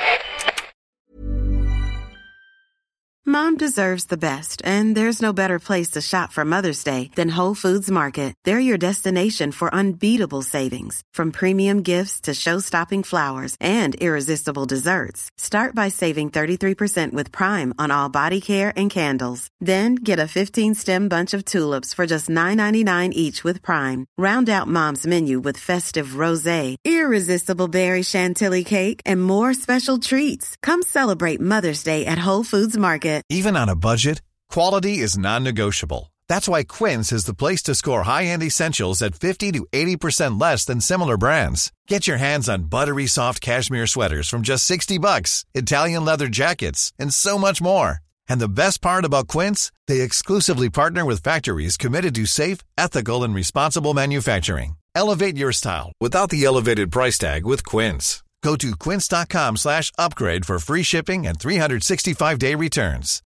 Mom deserves the best, and there's no better place to shop for Mother's Day than Whole Foods Market. They're your destination for unbeatable savings, from premium gifts to show-stopping flowers and irresistible desserts. Start by saving thirty-three percent with Prime on all body care and candles. Then get a fifteen-stem bunch of tulips for just nine ninety-nine each with Prime. Round out Mom's menu with festive rosé, irresistible berry chantilly cake, and more special treats. Come celebrate Mother's Day at Whole Foods Market. Even on a budget, quality is non-negotiable. That's why Quince is the place to score high-end essentials at fifty to eighty percent less than similar brands. Get your hands on buttery soft cashmere sweaters from just sixty bucks, Italian leather jackets, and so much more. And the best part about Quince, they exclusively partner with factories committed to safe, ethical, and responsible manufacturing. Elevate your style without the elevated price tag with Quince. Go to quince.com slash upgrade for free shipping and three sixty-five day returns.